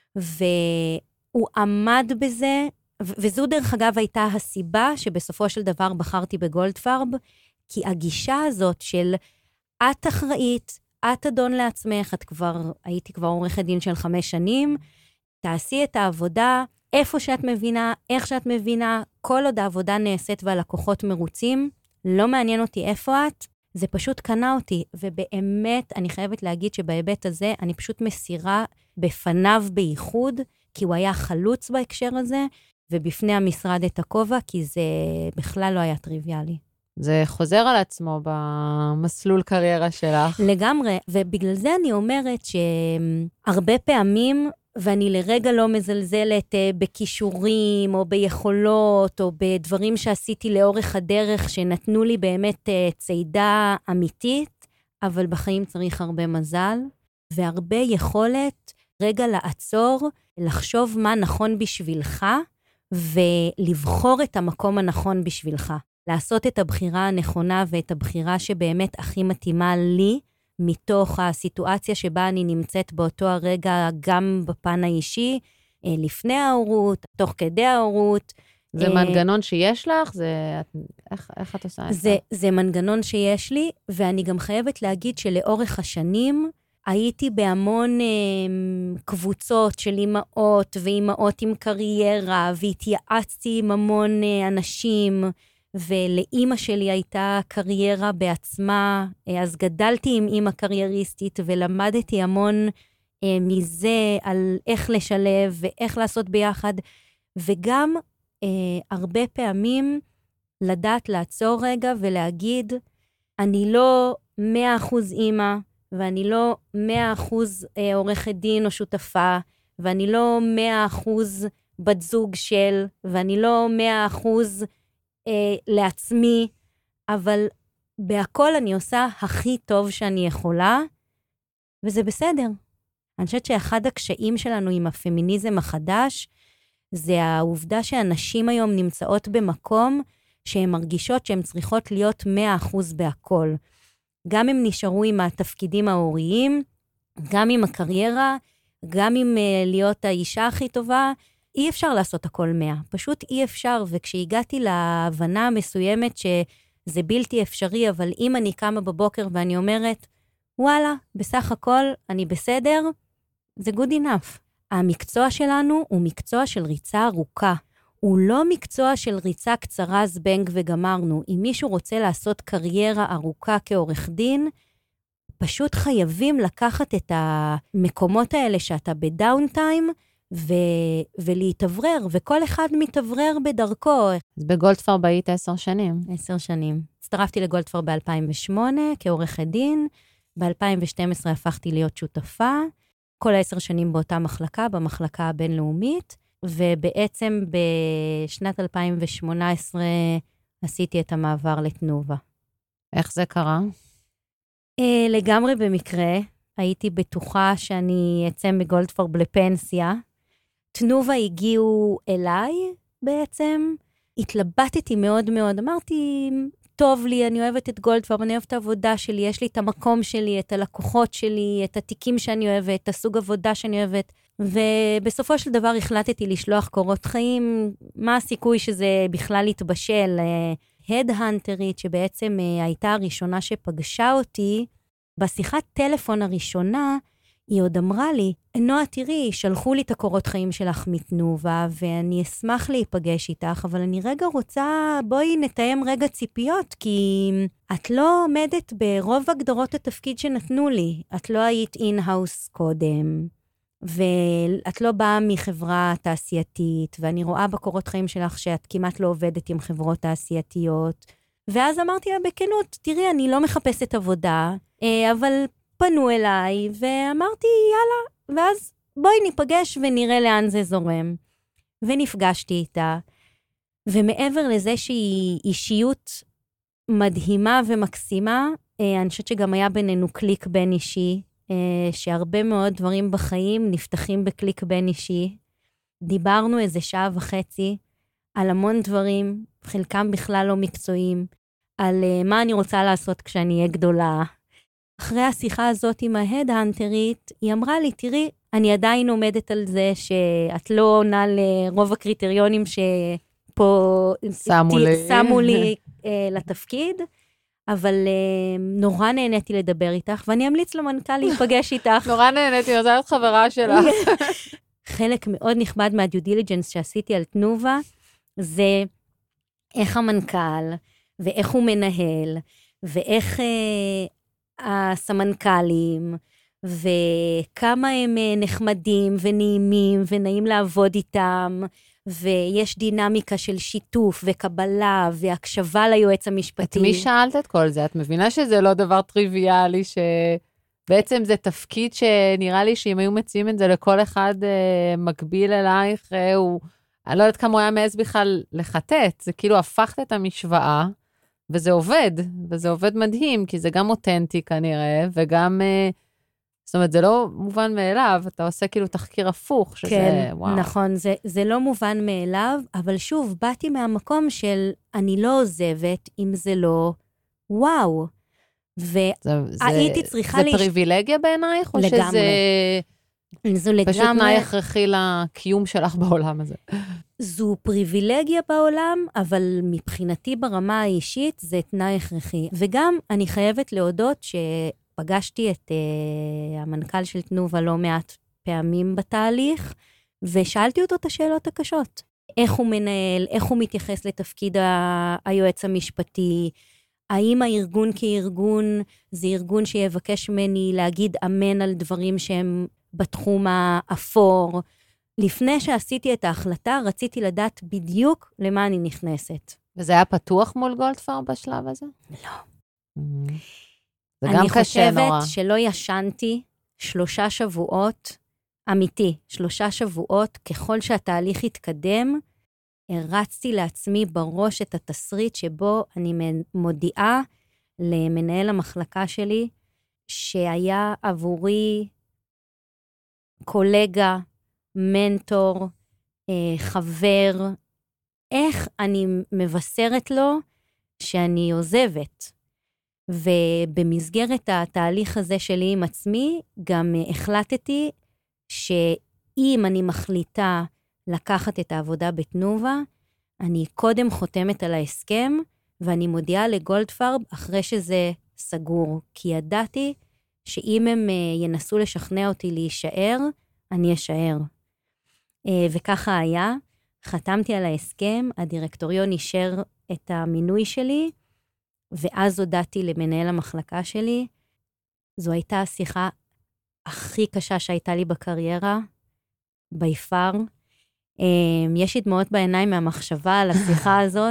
והוא עמד בזה, וזו דרך אגב הייתה הסיבה שבסופו של דבר בחרתי בגולד פארב, כי הגישה הזאת של את אחראית, את אדון לעצמך, את כבר, הייתי כבר עורכת דין של חמש שנים, תעשי את העבודה, איפה שאת מבינה, איך שאת מבינה, כל עוד העבודה נעשית והלקוחות מרוצים, לא מעניין אותי איפה את, זה פשוט קנה אותי, ובאמת אני חייבת להגיד שבהיבט הזה אני פשוט מסירה בפניו בייחוד, כי הוא היה חלוץ בהקשר הזה, ובפני המשרד את הכובע, כי זה בכלל לא היה טריוויאלי. זה חוזר על עצמו במסלול קריירה שלך. לגמרי, ובגלל זה אני אומרת שהרבה פעמים, ואני לרגע לא מזלזלת בכישורים, או ביכולות, או בדברים שעשיתי לאורך הדרך, שנתנו לי באמת צעידה אמיתית, אבל בחיים צריך הרבה מזל, והרבה יכולת רגע לעצור, לחשוב מה נכון בשבילך, ולבחור את המקום הנכון בשבילך. לעשות את הבחירה הנכונה ואת הבחירה שבאמת הכי מתאימה לי, מתוך הסיטואציה שבה אני נמצאת באותו הרגע, גם בפן האישי, לפני ההורות, תוך כדי ההורות. זה מנגנון שיש לך? זה, איך, איך את עושה את זה? זה? זה מנגנון שיש לי, ואני גם חייבת להגיד שלאורך השנים, הייתי בהמון אה, קבוצות של אימהות, ואימהות עם קריירה, והתייעצתי עם המון אה, אנשים, ולאימא שלי הייתה קריירה בעצמה, אז גדלתי עם אימא קרייריסטית, ולמדתי המון אה, מזה על איך לשלב, ואיך לעשות ביחד, וגם אה, הרבה פעמים לדעת לעצור רגע, ולהגיד, אני לא מאה אחוז אימא, ואני לא מאה אחוז אה, עורכת דין או שותפה, ואני לא מאה אחוז בת זוג של, ואני לא מאה אחוז אה, לעצמי, אבל בהכל אני עושה הכי טוב שאני יכולה, וזה בסדר. אני חושבת שאחד הקשיים שלנו עם הפמיניזם החדש, זה העובדה שאנשים היום נמצאות במקום, שהן מרגישות שהן צריכות להיות מאה אחוז בהכל. גם אם נשארו עם התפקידים ההוריים, גם עם הקריירה, גם עם uh, להיות האישה הכי טובה, אי אפשר לעשות הכל מאה. פשוט אי אפשר, וכשהגעתי להבנה המסוימת שזה בלתי אפשרי, אבל אם אני קמה בבוקר ואני אומרת, וואלה, בסך הכל אני בסדר, זה good enough. המקצוע שלנו הוא מקצוע של ריצה ארוכה. הוא לא מקצוע של ריצה קצרה, זבנג וגמרנו. אם מישהו רוצה לעשות קריירה ארוכה כעורך דין, פשוט חייבים לקחת את המקומות האלה שאתה בדאונטיים, ו- ולהתאוורר, וכל אחד מתאוורר בדרכו. אז בגולדפרב היית עשר שנים. עשר שנים. הצטרפתי לגולדפרב ב-אלפיים ושמונה כעורכת דין, ב-אלפיים ושתים עשרה הפכתי להיות שותפה, כל העשר שנים באותה מחלקה, במחלקה הבינלאומית, ובעצם בשנת אלפיים ושמונה עשרה עשיתי את המעבר לתנובה. איך זה קרה? אה, לגמרי במקרה, הייתי בטוחה שאני אצא מגולדפרב לפנסיה. תנובה הגיעו אליי בעצם, התלבטתי מאוד מאוד, אמרתי, טוב לי, אני אוהבת את גולדפרב, אני אוהבת את העבודה שלי, יש לי את המקום שלי, את הלקוחות שלי, את התיקים שאני אוהבת, את הסוג עבודה שאני אוהבת, ובסופו של דבר החלטתי לשלוח קורות חיים, מה הסיכוי שזה בכלל יתבשל? הדהנטרית, שבעצם הייתה הראשונה שפגשה אותי, בשיחת טלפון הראשונה, היא עוד אמרה לי, נועה, תראי, שלחו לי את הקורות חיים שלך מתנובה, ואני אשמח להיפגש איתך, אבל אני רגע רוצה, בואי נתאם רגע ציפיות, כי את לא עומדת ברוב הגדרות התפקיד שנתנו לי. את לא היית אין-האוס קודם, ואת לא באה מחברה תעשייתית, ואני רואה בקורות חיים שלך שאת כמעט לא עובדת עם חברות תעשייתיות. ואז אמרתי לה בכנות, תראי, אני לא מחפשת עבודה, אבל פנו אליי, ואמרתי, יאללה, ואז בואי ניפגש ונראה לאן זה זורם. ונפגשתי איתה, ומעבר לזה שהיא אישיות מדהימה ומקסימה, אני חושבת שגם היה בינינו קליק בין אישי, שהרבה מאוד דברים בחיים נפתחים בקליק בין אישי. דיברנו איזה שעה וחצי על המון דברים, חלקם בכלל לא מקצועיים, על מה אני רוצה לעשות כשאני אהיה גדולה. אחרי השיחה הזאת עם ההדהנטרית, היא אמרה לי, תראי, אני עדיין עומדת על זה שאת לא עונה לרוב הקריטריונים שפה שמו לי, שמו לי לתפקיד, אבל נורא נהניתי לדבר איתך, ואני אמליץ למנכ"ל להיפגש איתך. נורא נהניתי, אני רוצה להיות חברה שלך. חלק מאוד נכבד מהדיו דיליג'נס שעשיתי על תנובה, זה איך המנכ"ל, ואיך הוא מנהל, ואיך אה, הסמנכ"לים, וכמה הם נחמדים ונעימים, ונעים לעבוד איתם, ויש דינמיקה של שיתוף וקבלה, והקשבה ליועץ המשפטי. את מי שאלת את כל זה? את מבינה שזה לא דבר טריוויאלי, שבעצם זה תפקיד שנראה לי שאם היו מציעים את זה לכל אחד אה, מקביל אלייך, אה, הוא, אני לא יודעת כמה הוא היה מעז בכלל לחטט, זה כאילו הפכת את המשוואה, וזה עובד, וזה עובד מדהים, כי זה גם אותנטי כנראה, וגם... אה, זאת אומרת, זה לא מובן מאליו, אתה עושה כאילו תחקיר הפוך, שזה, כן, וואו. נכון, זה, זה לא מובן מאליו, אבל שוב, באתי מהמקום של אני לא עוזבת אם זה לא וואו. והייתי צריכה... זה להש... פריבילגיה בעינייך, או לגמרי. שזה זו לגמרי... פשוט תנאי הכרחי לקיום שלך בעולם הזה? זו פריבילגיה בעולם, אבל מבחינתי ברמה האישית זה תנאי הכרחי. וגם אני חייבת להודות ש... פגשתי את uh, המנכ"ל של תנובה לא מעט פעמים בתהליך, ושאלתי אותו את השאלות הקשות. איך הוא מנהל, איך הוא מתייחס לתפקיד ה- היועץ המשפטי, האם הארגון כארגון זה ארגון שיבקש ממני להגיד אמן על דברים שהם בתחום האפור. לפני שעשיתי את ההחלטה, רציתי לדעת בדיוק למה אני נכנסת. וזה היה פתוח מול גולדפרב בשלב הזה? לא. Mm-hmm. זה גם קשה נורא. אני חושבת שלא ישנתי שלושה שבועות, אמיתי, שלושה שבועות, ככל שהתהליך התקדם, הרצתי לעצמי בראש את התסריט שבו אני מודיעה למנהל המחלקה שלי, שהיה עבורי קולגה, מנטור, חבר, איך אני מבשרת לו שאני עוזבת. ובמסגרת התהליך הזה שלי עם עצמי, גם החלטתי שאם אני מחליטה לקחת את העבודה בתנובה, אני קודם חותמת על ההסכם, ואני מודיעה לגולדפרב אחרי שזה סגור, כי ידעתי שאם הם ינסו לשכנע אותי להישאר, אני אשאר. וככה היה, חתמתי על ההסכם, הדירקטוריון אישר את המינוי שלי, ואז הודעתי למנהל המחלקה שלי, זו הייתה השיחה הכי קשה שהייתה לי בקריירה, ביפר. יש לי דמעות בעיניים מהמחשבה על השיחה הזאת.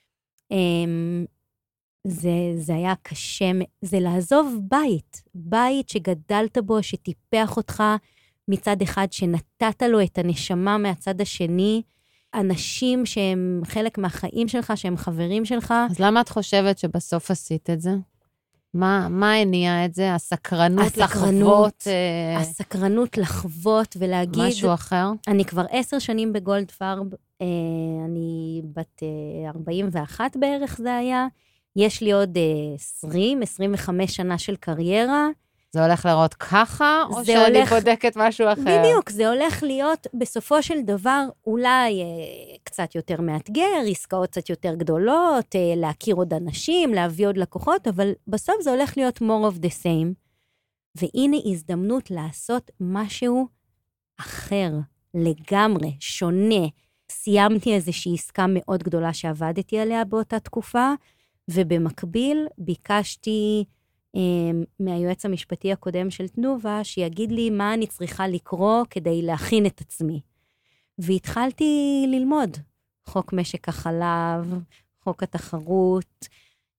זה, זה היה קשה, זה לעזוב בית, בית שגדלת בו, שטיפח אותך מצד אחד, שנתת לו את הנשמה מהצד השני, אנשים שהם חלק מהחיים שלך, שהם חברים שלך. אז למה את חושבת שבסוף עשית את זה? מה, מה הניע את זה? הסקרנות, הסקרנות לחוות? הסקרנות לחוות ולהגיד... משהו אחר? אני כבר עשר שנים בגולדפרב, אני בת ארבעים ואחת בערך זה היה, יש לי עוד עשרים, עשרים וחמש שנה של קריירה, זה הולך לראות ככה, או שאני הולך... בודקת משהו אחר? בדיוק, זה הולך להיות בסופו של דבר אולי אה, קצת יותר מאתגר, עסקאות קצת יותר גדולות, אה, להכיר עוד אנשים, להביא עוד לקוחות, אבל בסוף זה הולך להיות more of the same. והנה הזדמנות לעשות משהו אחר, לגמרי, שונה. סיימתי איזושהי עסקה מאוד גדולה שעבדתי עליה באותה תקופה, ובמקביל ביקשתי... מהיועץ המשפטי הקודם של תנובה, שיגיד לי מה אני צריכה לקרוא כדי להכין את עצמי. והתחלתי ללמוד. חוק משק החלב, חוק התחרות.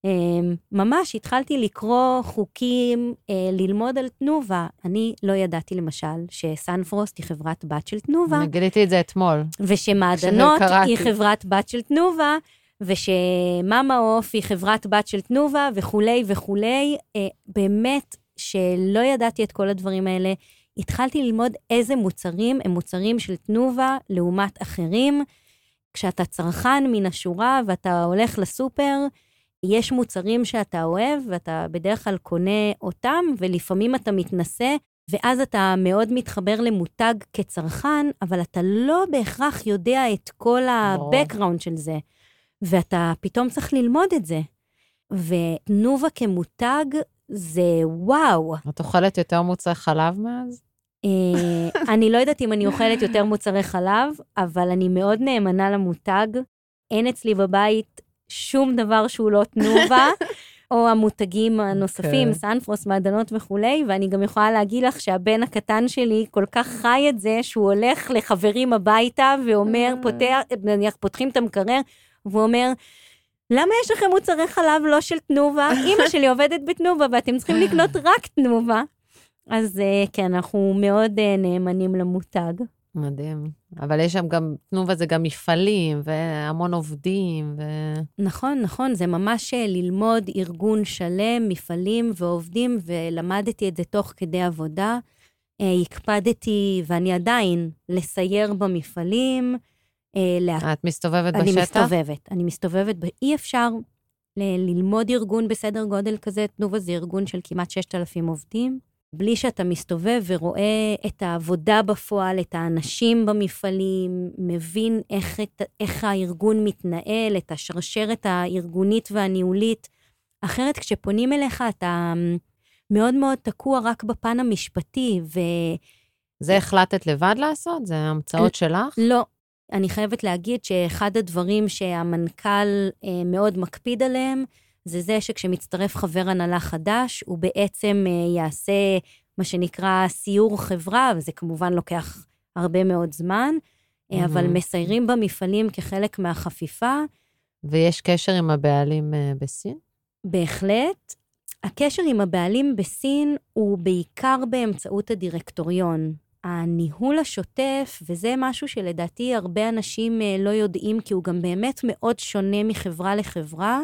ממש התחלתי לקרוא חוקים, ללמוד על תנובה. אני לא ידעתי למשל שסנפרוסט היא חברת בת של תנובה. אני גיליתי את זה אתמול. ושמעדנות היא חברת בת של תנובה. ושמאמה אוף היא חברת בת של תנובה, וכולי וכולי, אה, באמת שלא ידעתי את כל הדברים האלה, התחלתי ללמוד איזה מוצרים הם מוצרים של תנובה לעומת אחרים, כשאתה צרכן מן השורה ואתה הולך לסופר, יש מוצרים שאתה אוהב, ואתה בדרך כלל קונה אותם, ולפעמים אתה מתנסה, ואז אתה מאוד מתחבר למותג כצרכן, אבל אתה לא בהכרח יודע את כל ה-background של זה. ואתה פתאום צריך ללמוד את זה. ותנובה כמותג זה וואו. את אוכלת יותר מוצרי חלב מאז? אני לא יודעת אם אני אוכלת יותר מוצרי חלב, אבל אני מאוד נאמנה למותג. אין אצלי בבית שום דבר שהוא לא תנובה, או המותגים הנוספים, סנפרוס, מעדנות וכולי, ואני גם יכולה להגיד לך שהבן הקטן שלי כל כך חי את זה, שהוא הולך לחברים הביתה, ואומר, פותח, נניח, פותחים את המקרר, והוא אומר, למה יש לכם מוצרי חלב לא של תנובה? אמא שלי עובדת בתנובה, ואתם צריכים לקנות רק תנובה. אז כן, אנחנו מאוד נאמנים למותג. מדהים. אבל יש שם גם, תנובה זה גם מפעלים, והמון עובדים. ו... נכון, נכון, זה ממש ללמוד ארגון שלם, מפעלים ועובדים, ולמדתי את זה תוך כדי עבודה. הקפדתי, ואני עדיין, לסייר במפעלים. לה... את מסתובבת אני בשטח? אני מסתובבת, אני מסתובבת, אי אפשר ל- ללמוד ארגון בסדר גודל כזה, תנובה זה ארגון של כמעט ששת אלפים עובדים, בלי שאתה מסתובב ורואה את העבודה בפועל, את האנשים במפעלים, מבין איך, את, איך הארגון מתנהל, את השרשרת הארגונית והניהולית. אחרת, כשפונים אליך, אתה מאוד מאוד תקוע רק בפן המשפטי. ו... זה החלטת לבד לעשות? זה המצאות שלך? לא. אני חייבת להגיד שאחד הדברים שהמנכ"ל אה, מאוד מקפיד עליהם, זה זה שכשמצטרף חבר הנהלה חדש, הוא בעצם אה, יעשה מה שנקרא סיור חברה, וזה כמובן לוקח הרבה מאוד זמן, אה, אבל מסיירים במפעלים כחלק מהחפיפה. ויש קשר עם הבעלים אה, בסין? בהחלט. הקשר עם הבעלים בסין הוא בעיקר באמצעות הדירקטוריון. הניהול השוטף, וזה משהו שלדעתי הרבה אנשים לא יודעים, כי הוא גם באמת מאוד שונה מחברה לחברה,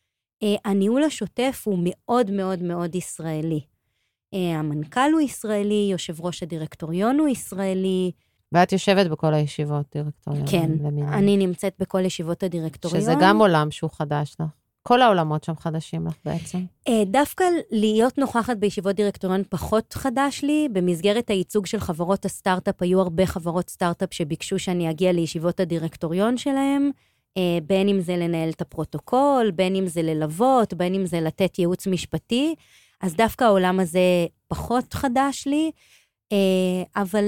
הניהול השוטף הוא מאוד מאוד מאוד ישראלי. המנכ"ל הוא ישראלי, יושב ראש הדירקטוריון הוא ישראלי. ואת יושבת בכל הישיבות דירקטוריון? כן, למינה. אני נמצאת בכל ישיבות הדירקטוריון. שזה גם עולם שהוא חדש לך. כל העולמות שם חדשים לך בעצם. דווקא להיות נוכחת בישיבות דירקטוריון פחות חדש לי. במסגרת הייצוג של חברות הסטארט-אפ, היו הרבה חברות סטארט-אפ שביקשו שאני אגיע לישיבות הדירקטוריון שלהם, בין אם זה לנהל את הפרוטוקול, בין אם זה ללוות, בין אם זה לתת ייעוץ משפטי. אז דווקא העולם הזה פחות חדש לי, אבל...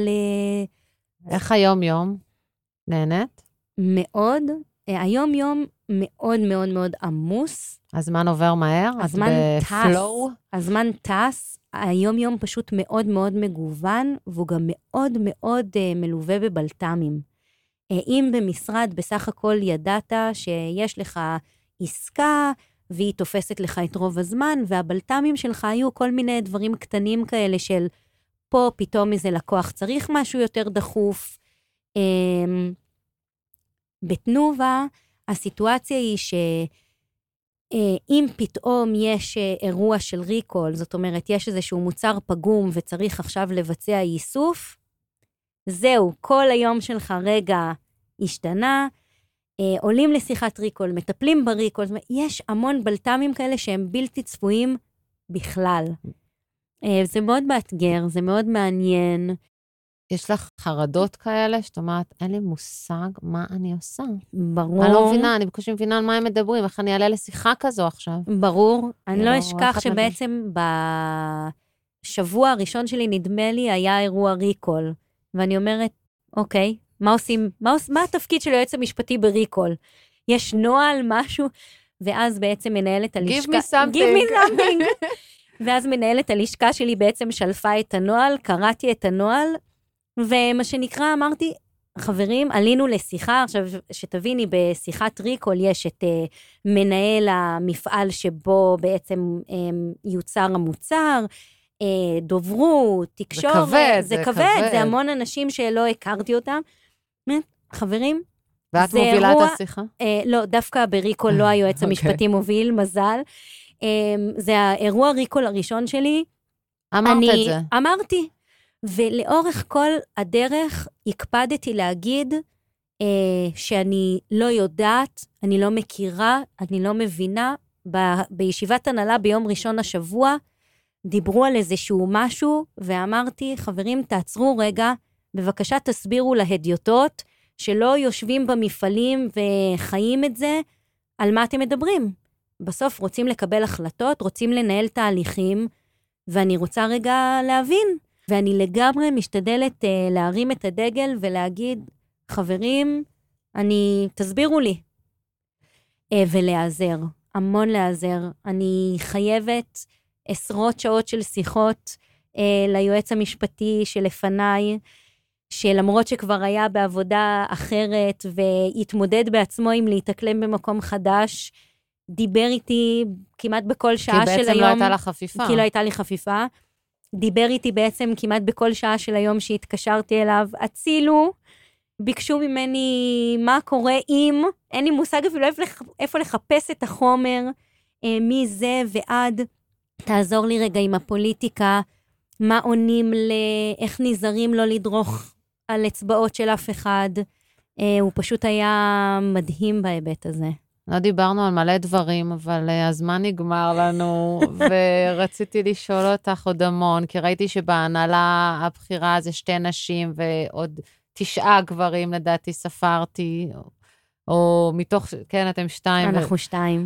איך היום-יום? נהנית? מאוד. היום-יום מאוד מאוד מאוד עמוס. הזמן עובר מהר? הזמן טס. הזמן טס. היום-יום פשוט מאוד מאוד מגוון, והוא גם מאוד מאוד מלווה בבלת"מים. אם במשרד בסך הכל ידעת שיש לך עסקה, והיא תופסת לך את רוב הזמן, והבלת"מים שלך היו כל מיני דברים קטנים כאלה של פה פתאום איזה לקוח צריך משהו יותר דחוף. בתנובה, הסיטואציה היא שאם פתאום יש אירוע של ריקול, זאת אומרת, יש איזשהו מוצר פגום וצריך עכשיו לבצע איסוף, זהו, כל היום שלך רגע השתנה, עולים לשיחת ריקול, מטפלים בריקול, יש המון בלת"מים כאלה שהם בלתי צפויים בכלל. זה מאוד מאתגר, זה מאוד מעניין. יש לך חרדות כאלה, שאת אומרת, אין לי מושג מה אני עושה. ברור. אני לא מבינה, אני בקושי מבינה על מה הם מדברים, איך אני אעלה לשיחה כזו עכשיו. ברור. אני לא אשכח שבעצם בשבוע הראשון שלי, נדמה לי, היה אירוע ריקול. ואני אומרת, אוקיי, מה עושים, מה, מה התפקיד של היועץ המשפטי בריקול? יש נוהל, משהו, ואז בעצם מנהלת הלשכה... Give me something. Give me something. ואז מנהלת הלשכה שלי בעצם שלפה את הנוהל, קראתי את הנוהל, ומה שנקרא, אמרתי, חברים, עלינו לשיחה, עכשיו שתביני, בשיחת ריקול יש את uh, מנהל המפעל שבו בעצם um, יוצר המוצר, uh, דוברות, תקשורת, זה כבד, זה, זה כבד, כבד. זה המון אנשים שלא הכרתי אותם. חברים, ואת זה מובילה אירוע, את השיחה? Uh, לא, דווקא בריקול לא היועץ המשפטי מוביל, מזל. Um, זה האירוע ריקול הראשון שלי. אמרת אני, את זה. אמרתי. ולאורך כל הדרך הקפדתי להגיד אה, שאני לא יודעת, אני לא מכירה, אני לא מבינה. ב, בישיבת הנהלה ביום ראשון השבוע, דיברו על איזשהו משהו, ואמרתי, חברים, תעצרו רגע, בבקשה תסבירו להדיוטות, שלא יושבים במפעלים וחיים את זה, על מה אתם מדברים. בסוף רוצים לקבל החלטות, רוצים לנהל תהליכים, ואני רוצה רגע להבין, ואני לגמרי משתדלת אה, להרים את הדגל ולהגיד, חברים, אני, תסבירו לי. אה, ולהיעזר, המון להיעזר. אני חייבת עשרות שעות של שיחות אה, ליועץ המשפטי שלפניי, שלמרות שכבר היה בעבודה אחרת, והתמודד בעצמו עם להתאקלם במקום חדש, דיבר איתי כמעט בכל שעה של היום. כי בעצם לא הייתה לה חפיפה. כי לא הייתה לי חפיפה. דיבר איתי בעצם כמעט בכל שעה של היום שהתקשרתי אליו, הצילו, ביקשו ממני מה קורה אם, אין לי מושג אפילו איפה לחפש את החומר, מזה ועד, תעזור לי רגע עם הפוליטיקה, מה עונים לאיך נזהרים לא לדרוך על אצבעות של אף אחד, הוא פשוט היה מדהים בהיבט הזה. לא דיברנו על מלא דברים, אבל הזמן נגמר לנו, ורציתי לשאול אותך עוד המון, כי ראיתי שבהנהלה הבחירה זה שתי נשים, ועוד תשעה גברים, לדעתי, ספרתי, או, או מתוך, כן, אתם שתיים. אנחנו ו... שתיים.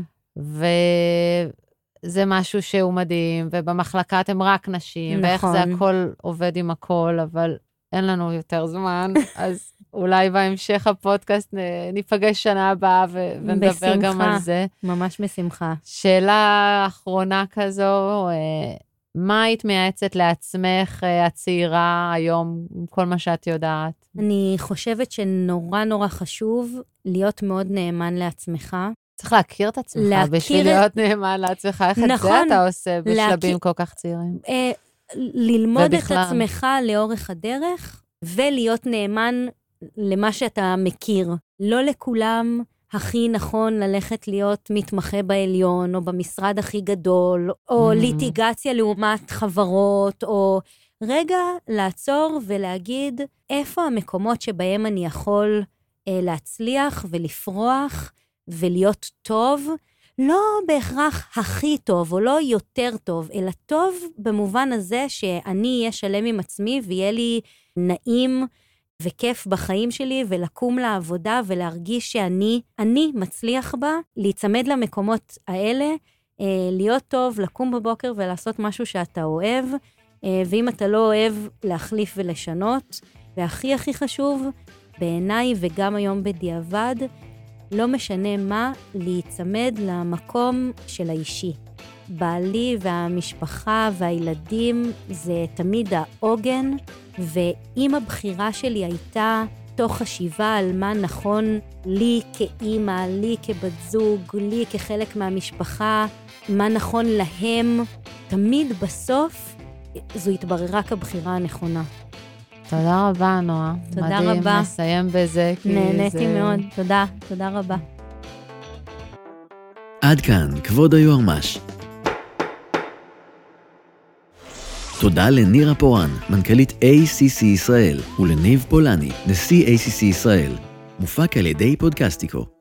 וזה משהו שהוא מדהים, ובמחלקה אתם רק נשים, נכון. ואיך זה הכל עובד עם הכל, אבל אין לנו יותר זמן, אז... אולי בהמשך הפודקאסט ניפגש שנה הבאה ונדבר בשמחה, גם על זה. ממש בשמחה. שאלה אחרונה כזו, מה היית מייעצת לעצמך הצעירה היום, עם כל מה שאת יודעת? אני חושבת שנורא נורא חשוב להיות מאוד נאמן לעצמך. צריך להכיר את עצמך להכיר... בשביל להיות נאמן לעצמך. איך נכון, את זה אתה עושה בשלבים להכיר... כל כך צעירים? אה, ללמוד ובכלל... את עצמך לאורך הדרך, ולהיות נאמן למה שאתה מכיר. לא לכולם הכי נכון ללכת להיות מתמחה בעליון, או במשרד הכי גדול, או mm. ליטיגציה לעומת חברות, או רגע לעצור ולהגיד, איפה המקומות שבהם אני יכול אה, להצליח ולפרוח ולהיות טוב, לא בהכרח הכי טוב, או לא יותר טוב, אלא טוב במובן הזה שאני אהיה שלם עם עצמי, ויהיה לי נעים וכיף בחיים שלי, ולקום לעבודה ולהרגיש שאני, אני מצליח בה, להיצמד למקומות האלה, להיות טוב, לקום בבוקר ולעשות משהו שאתה אוהב, ואם אתה לא אוהב, להחליף ולשנות. והכי הכי חשוב, בעיניי וגם היום בדיעבד, לא משנה מה, להיצמד למקום של האישי. בעלי והמשפחה והילדים זה תמיד העוגן, ואם הבחירה שלי הייתה תוך חשיבה על מה נכון לי כאימא, לי כבת זוג, לי כחלק מהמשפחה, מה נכון להם, תמיד בסוף זו התבררה כבחירה הנכונה. תודה רבה, נועה. תודה מדהים, רבה. מדהים, נסיים בזה. נהניתי זה... מאוד, תודה, תודה רבה. עד כאן, כבוד היועמ"ש. תודה לנירה פורן, מנכ"לית איי סי סי ישראל, ולניב פולני, נשיא איי סי סי ישראל. מופק על ידי פודקאסטיקו.